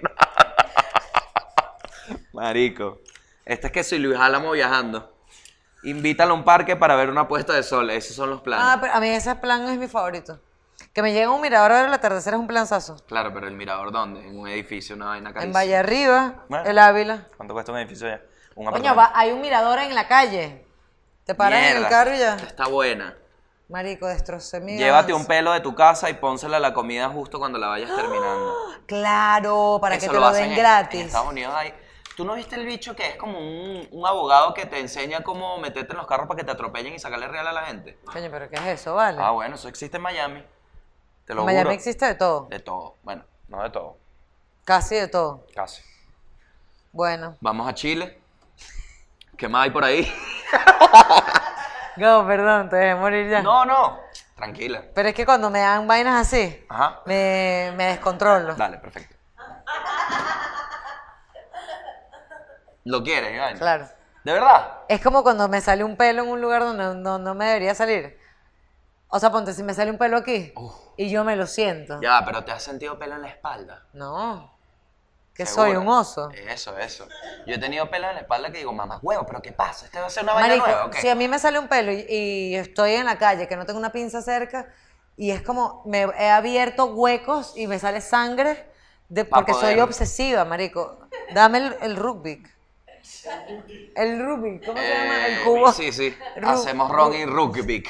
Marico. Este es que soy Luis Álamo viajando. Invítalo a un parque para ver una puesta de sol. Esos son los planes. Ah, pero a mí ese plan es mi favorito. Que me llegue a un mirador a ver el atardecer es un planzazo. Claro, pero el mirador, ¿dónde? En un edificio, una vaina En carísima. Valle Arriba, Bueno. el Ávila. ¿Cuánto cuesta un edificio allá? Un Coño, apartamento. va- hay un mirador en la calle. Te paras en el Mierda, carro y ya. Está buena. Marico, destrocé mi Llévate un avance. pelo de tu casa y pónsela a la comida justo cuando la vayas terminando. Claro, para Eso que te lo hacen den en- gratis. En Estados Unidos hay... ¿Tú no viste el bicho que es como un, un abogado que te enseña cómo meterte en los carros para que te atropellen y sacarle real a la gente? Coño, pero ¿qué es eso, vale? Ah, bueno, eso existe en Miami. Te lo en Miami juro. existe de todo. De todo. Bueno, no de todo. Casi de todo. Casi. Bueno. Vamos a Chile. ¿Qué más hay por ahí? No, perdón, te dejé morir ya. No, no. Tranquila. Pero es que cuando me dan vainas así, Ajá. me, me descontrolo. Dale, perfecto. ¿Lo quieres, Iván? Claro. ¿De verdad? Es como cuando me sale un pelo en un lugar donde no, no me debería salir. O sea, ponte, si me sale un pelo aquí Uf. y yo me lo siento. Ya, pero ¿te has sentido pelo en la espalda? No. Que ¿Segura? soy un oso. Eso, eso. Yo he tenido pelo en la espalda que digo, mamá, huevo, ¿pero qué pasa? ¿Este va a ser una vaina Marico, nueva o qué? si a mí me sale un pelo y, y estoy en la calle, que no tengo una pinza cerca, y es como, me he abierto huecos y me sale sangre, de, Pa' porque soy poder- obsesiva, marico. Dame el, el Rubik. El Rubik, ¿cómo se llama? El Eh, cubo. Sí, sí. Ru- Hacemos ron y rugby.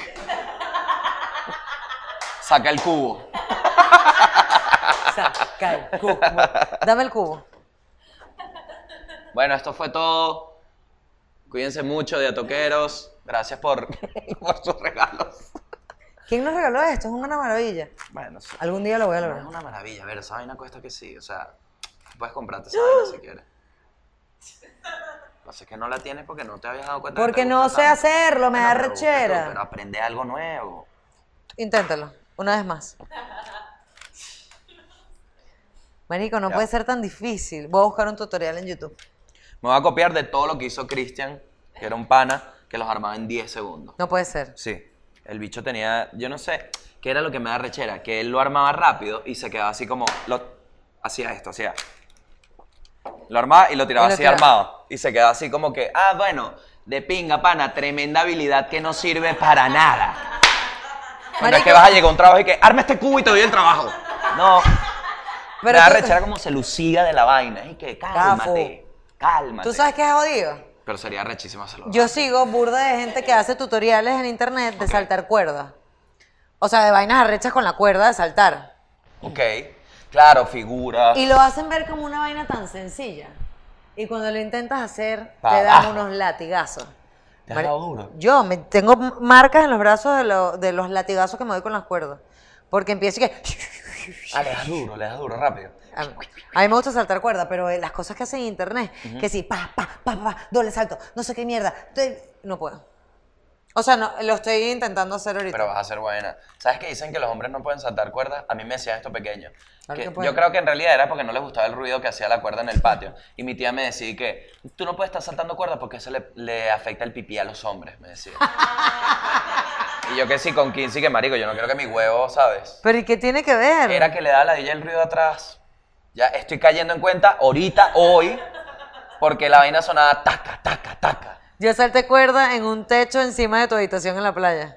Saca el cubo. Saca el cubo. Dame el cubo. Bueno, esto fue todo. Cuídense mucho, diatoqueros. Gracias por, por sus regalos. ¿Quién nos regaló esto? Es una maravilla. Bueno, sí. Algún día lo voy a No, lograr. es una maravilla. A ver, esa vaina cuesta que sí. O sea, puedes comprarte esa vaina si quieres. No sé que no la tienes porque no te habías dado cuenta. que Porque te no gusta sé tanto. hacerlo, me Bueno, da pero búscate, rechera. Pero aprende algo nuevo. Inténtalo, una vez más. Marico, no Ya. puede ser tan difícil. Voy a buscar un tutorial en YouTube. Me voy a copiar de todo lo que hizo Cristian, que era un pana, que los armaba en diez segundos. No puede ser. Sí, el bicho tenía, yo no sé, qué era lo que me da rechera, que él lo armaba rápido y se quedaba así como, lo, hacía esto, hacía, lo armaba y lo tiraba Y lo así tiraba. armado. Y se quedaba así como que, ah, bueno, de pinga, pana, tremenda habilidad que no sirve para nada. Pero es Marico. que vas a llegar a un trabajo y que, arma este cubo y te doy el trabajo. No, me Pero da tú- rechera como se lucía de la vaina. Y que, cálmate, cálmate. ¿Tú sabes qué es jodido? Pero sería rechísimo hacerlo. Yo sigo burda de gente que hace tutoriales en internet de saltar cuerdas. O sea, de vainas arrechas con la cuerda de saltar. Ok, claro, figuras. Y lo hacen ver como una vaina tan sencilla. Y cuando lo intentas hacer, Pa' te dan abajo. unos latigazos. ¿Te has Mari- dado duro? Yo me, tengo marcas en los brazos de, lo- de los latigazos que me doy con las cuerdas. Porque empiezo y que... Ah, le das duro, le das duro, rápido. A a mí me gusta saltar cuerda, pero eh, las cosas que hacen en internet, que sí, pa, pa, pa, pa, pa, doble salto, no sé qué mierda, te- no puedo. O sea, no, lo estoy intentando hacer ahorita. Pero vas a ser buena. ¿Sabes que dicen que los hombres no pueden saltar cuerdas? A mí me decía esto pequeño. Claro Que que pueden. yo creo que en realidad era porque no les gustaba el ruido que hacía la cuerda en el patio. Y mi tía me decía que tú no puedes estar saltando cuerdas porque eso le, le afecta el pipí a los hombres, me decía. Y yo que sí, con quince y que marico, yo no quiero que mi huevo, ¿sabes? Pero ¿y qué tiene que ver? Era que le da la el ruido atrás. Ya estoy cayendo en cuenta ahorita, hoy, porque la vaina sonaba taca, taca, taca. Yo salté cuerda en un techo encima de tu habitación en la playa.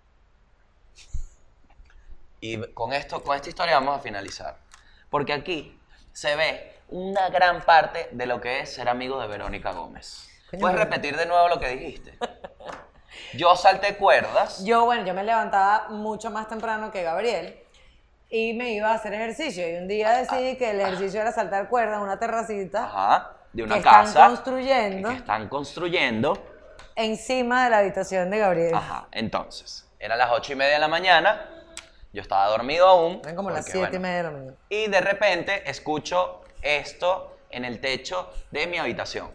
Y con esto, con esta historia vamos a finalizar. Porque aquí se ve una gran parte de lo que es ser amigo de Verónica Gómez. Coño, ¿Puedes pero- repetir de nuevo lo que dijiste? Yo salté cuerdas. Yo, bueno, yo me levantaba mucho más temprano que Gabriel y me iba a hacer ejercicio. Y un día decidí que el ejercicio era saltar cuerda en una terracita Ajá, de una que están casa. construyendo. Que están construyendo. encima de la habitación de Gabriel. Ajá, entonces, eran las ocho y media de la mañana. Yo estaba dormido aún. Eran como las porque, siete y bueno, media de la mañana. Y de repente escucho esto en el techo de mi habitación.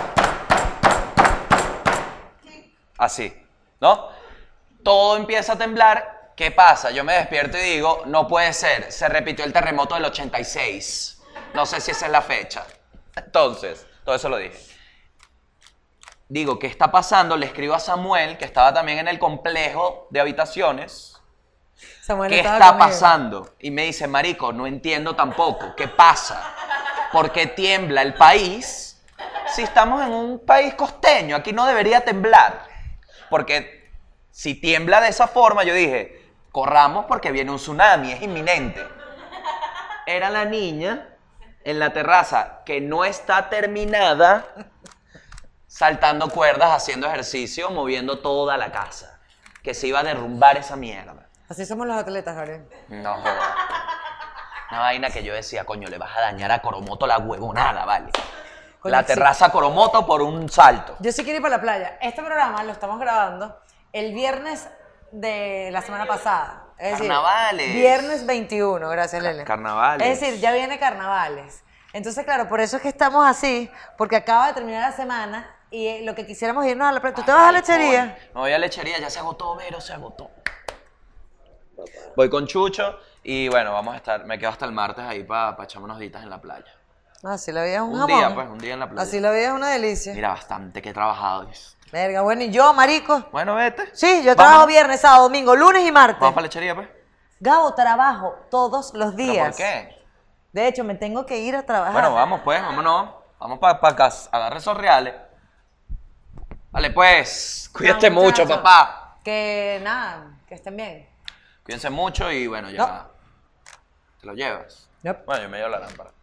Así, ¿no? Todo empieza a temblar. ¿Qué pasa? Yo me despierto y digo, no puede ser. Se repitió el terremoto del ochenta y seis. No sé si esa es la fecha. Entonces, todo eso lo dije. Digo, ¿qué está pasando? Le escribo a Samuel, que estaba también en el complejo de habitaciones. Samuel ¿Qué estaba está conmigo. pasando? Y me dice, marico, no entiendo tampoco. ¿Qué pasa? ¿Por qué tiembla el país si estamos en un país costeño? Aquí no debería temblar. Porque si tiembla de esa forma, yo dije, corramos porque viene un tsunami, es inminente. Era la niña en la terraza que no está terminada, saltando cuerdas, haciendo ejercicio, moviendo toda la casa. Que se iba a derrumbar esa mierda. Así somos los atletas, Gabriel. No jodas. Una vaina que yo decía, coño, le vas a dañar a Coromoto la huevonada, vale. Coño, La sí. terraza Coromoto por un salto. Yo sí quiero ir para la playa. Este programa lo estamos grabando el viernes de la semana pasada. Es decir, Carnavales. viernes veintiuno, gracias, Lele. Carnavales. Es decir, ya viene carnavales. Entonces, claro, por eso es que estamos así, porque acaba de terminar la semana y eh, lo que quisiéramos irnos a la playa. ¿Tú te vas a Ay, lechería? coño. Me voy a lechería, ya se agotó, Vero, se agotó. Voy con Chucho y bueno, vamos a estar, me quedo hasta el martes ahí para pa echarme unos días en la playa. Ah, si la vida es un, Un jamón. día, pues, un día en la playa. Así la vida es una delicia. Mira, bastante que he trabajado. Verga, bueno, ¿y yo, marico? Bueno, vete. Sí, yo trabajo Vámonos. viernes, sábado, domingo, lunes y martes. Vamos para lechería, pues. Gabo, trabajo todos los ¿Pero días. por qué? De hecho, me tengo que ir a trabajar. Bueno, vamos pues, vámonos. Vamos para pa casa, agarre esos reales. Vale, pues, cuídate No, mucho, muchachos, papá. Que nada, que estén bien. Cuídense mucho y bueno, ya. No. Te lo llevas. Yep. Bueno, yo me llevo la lámpara.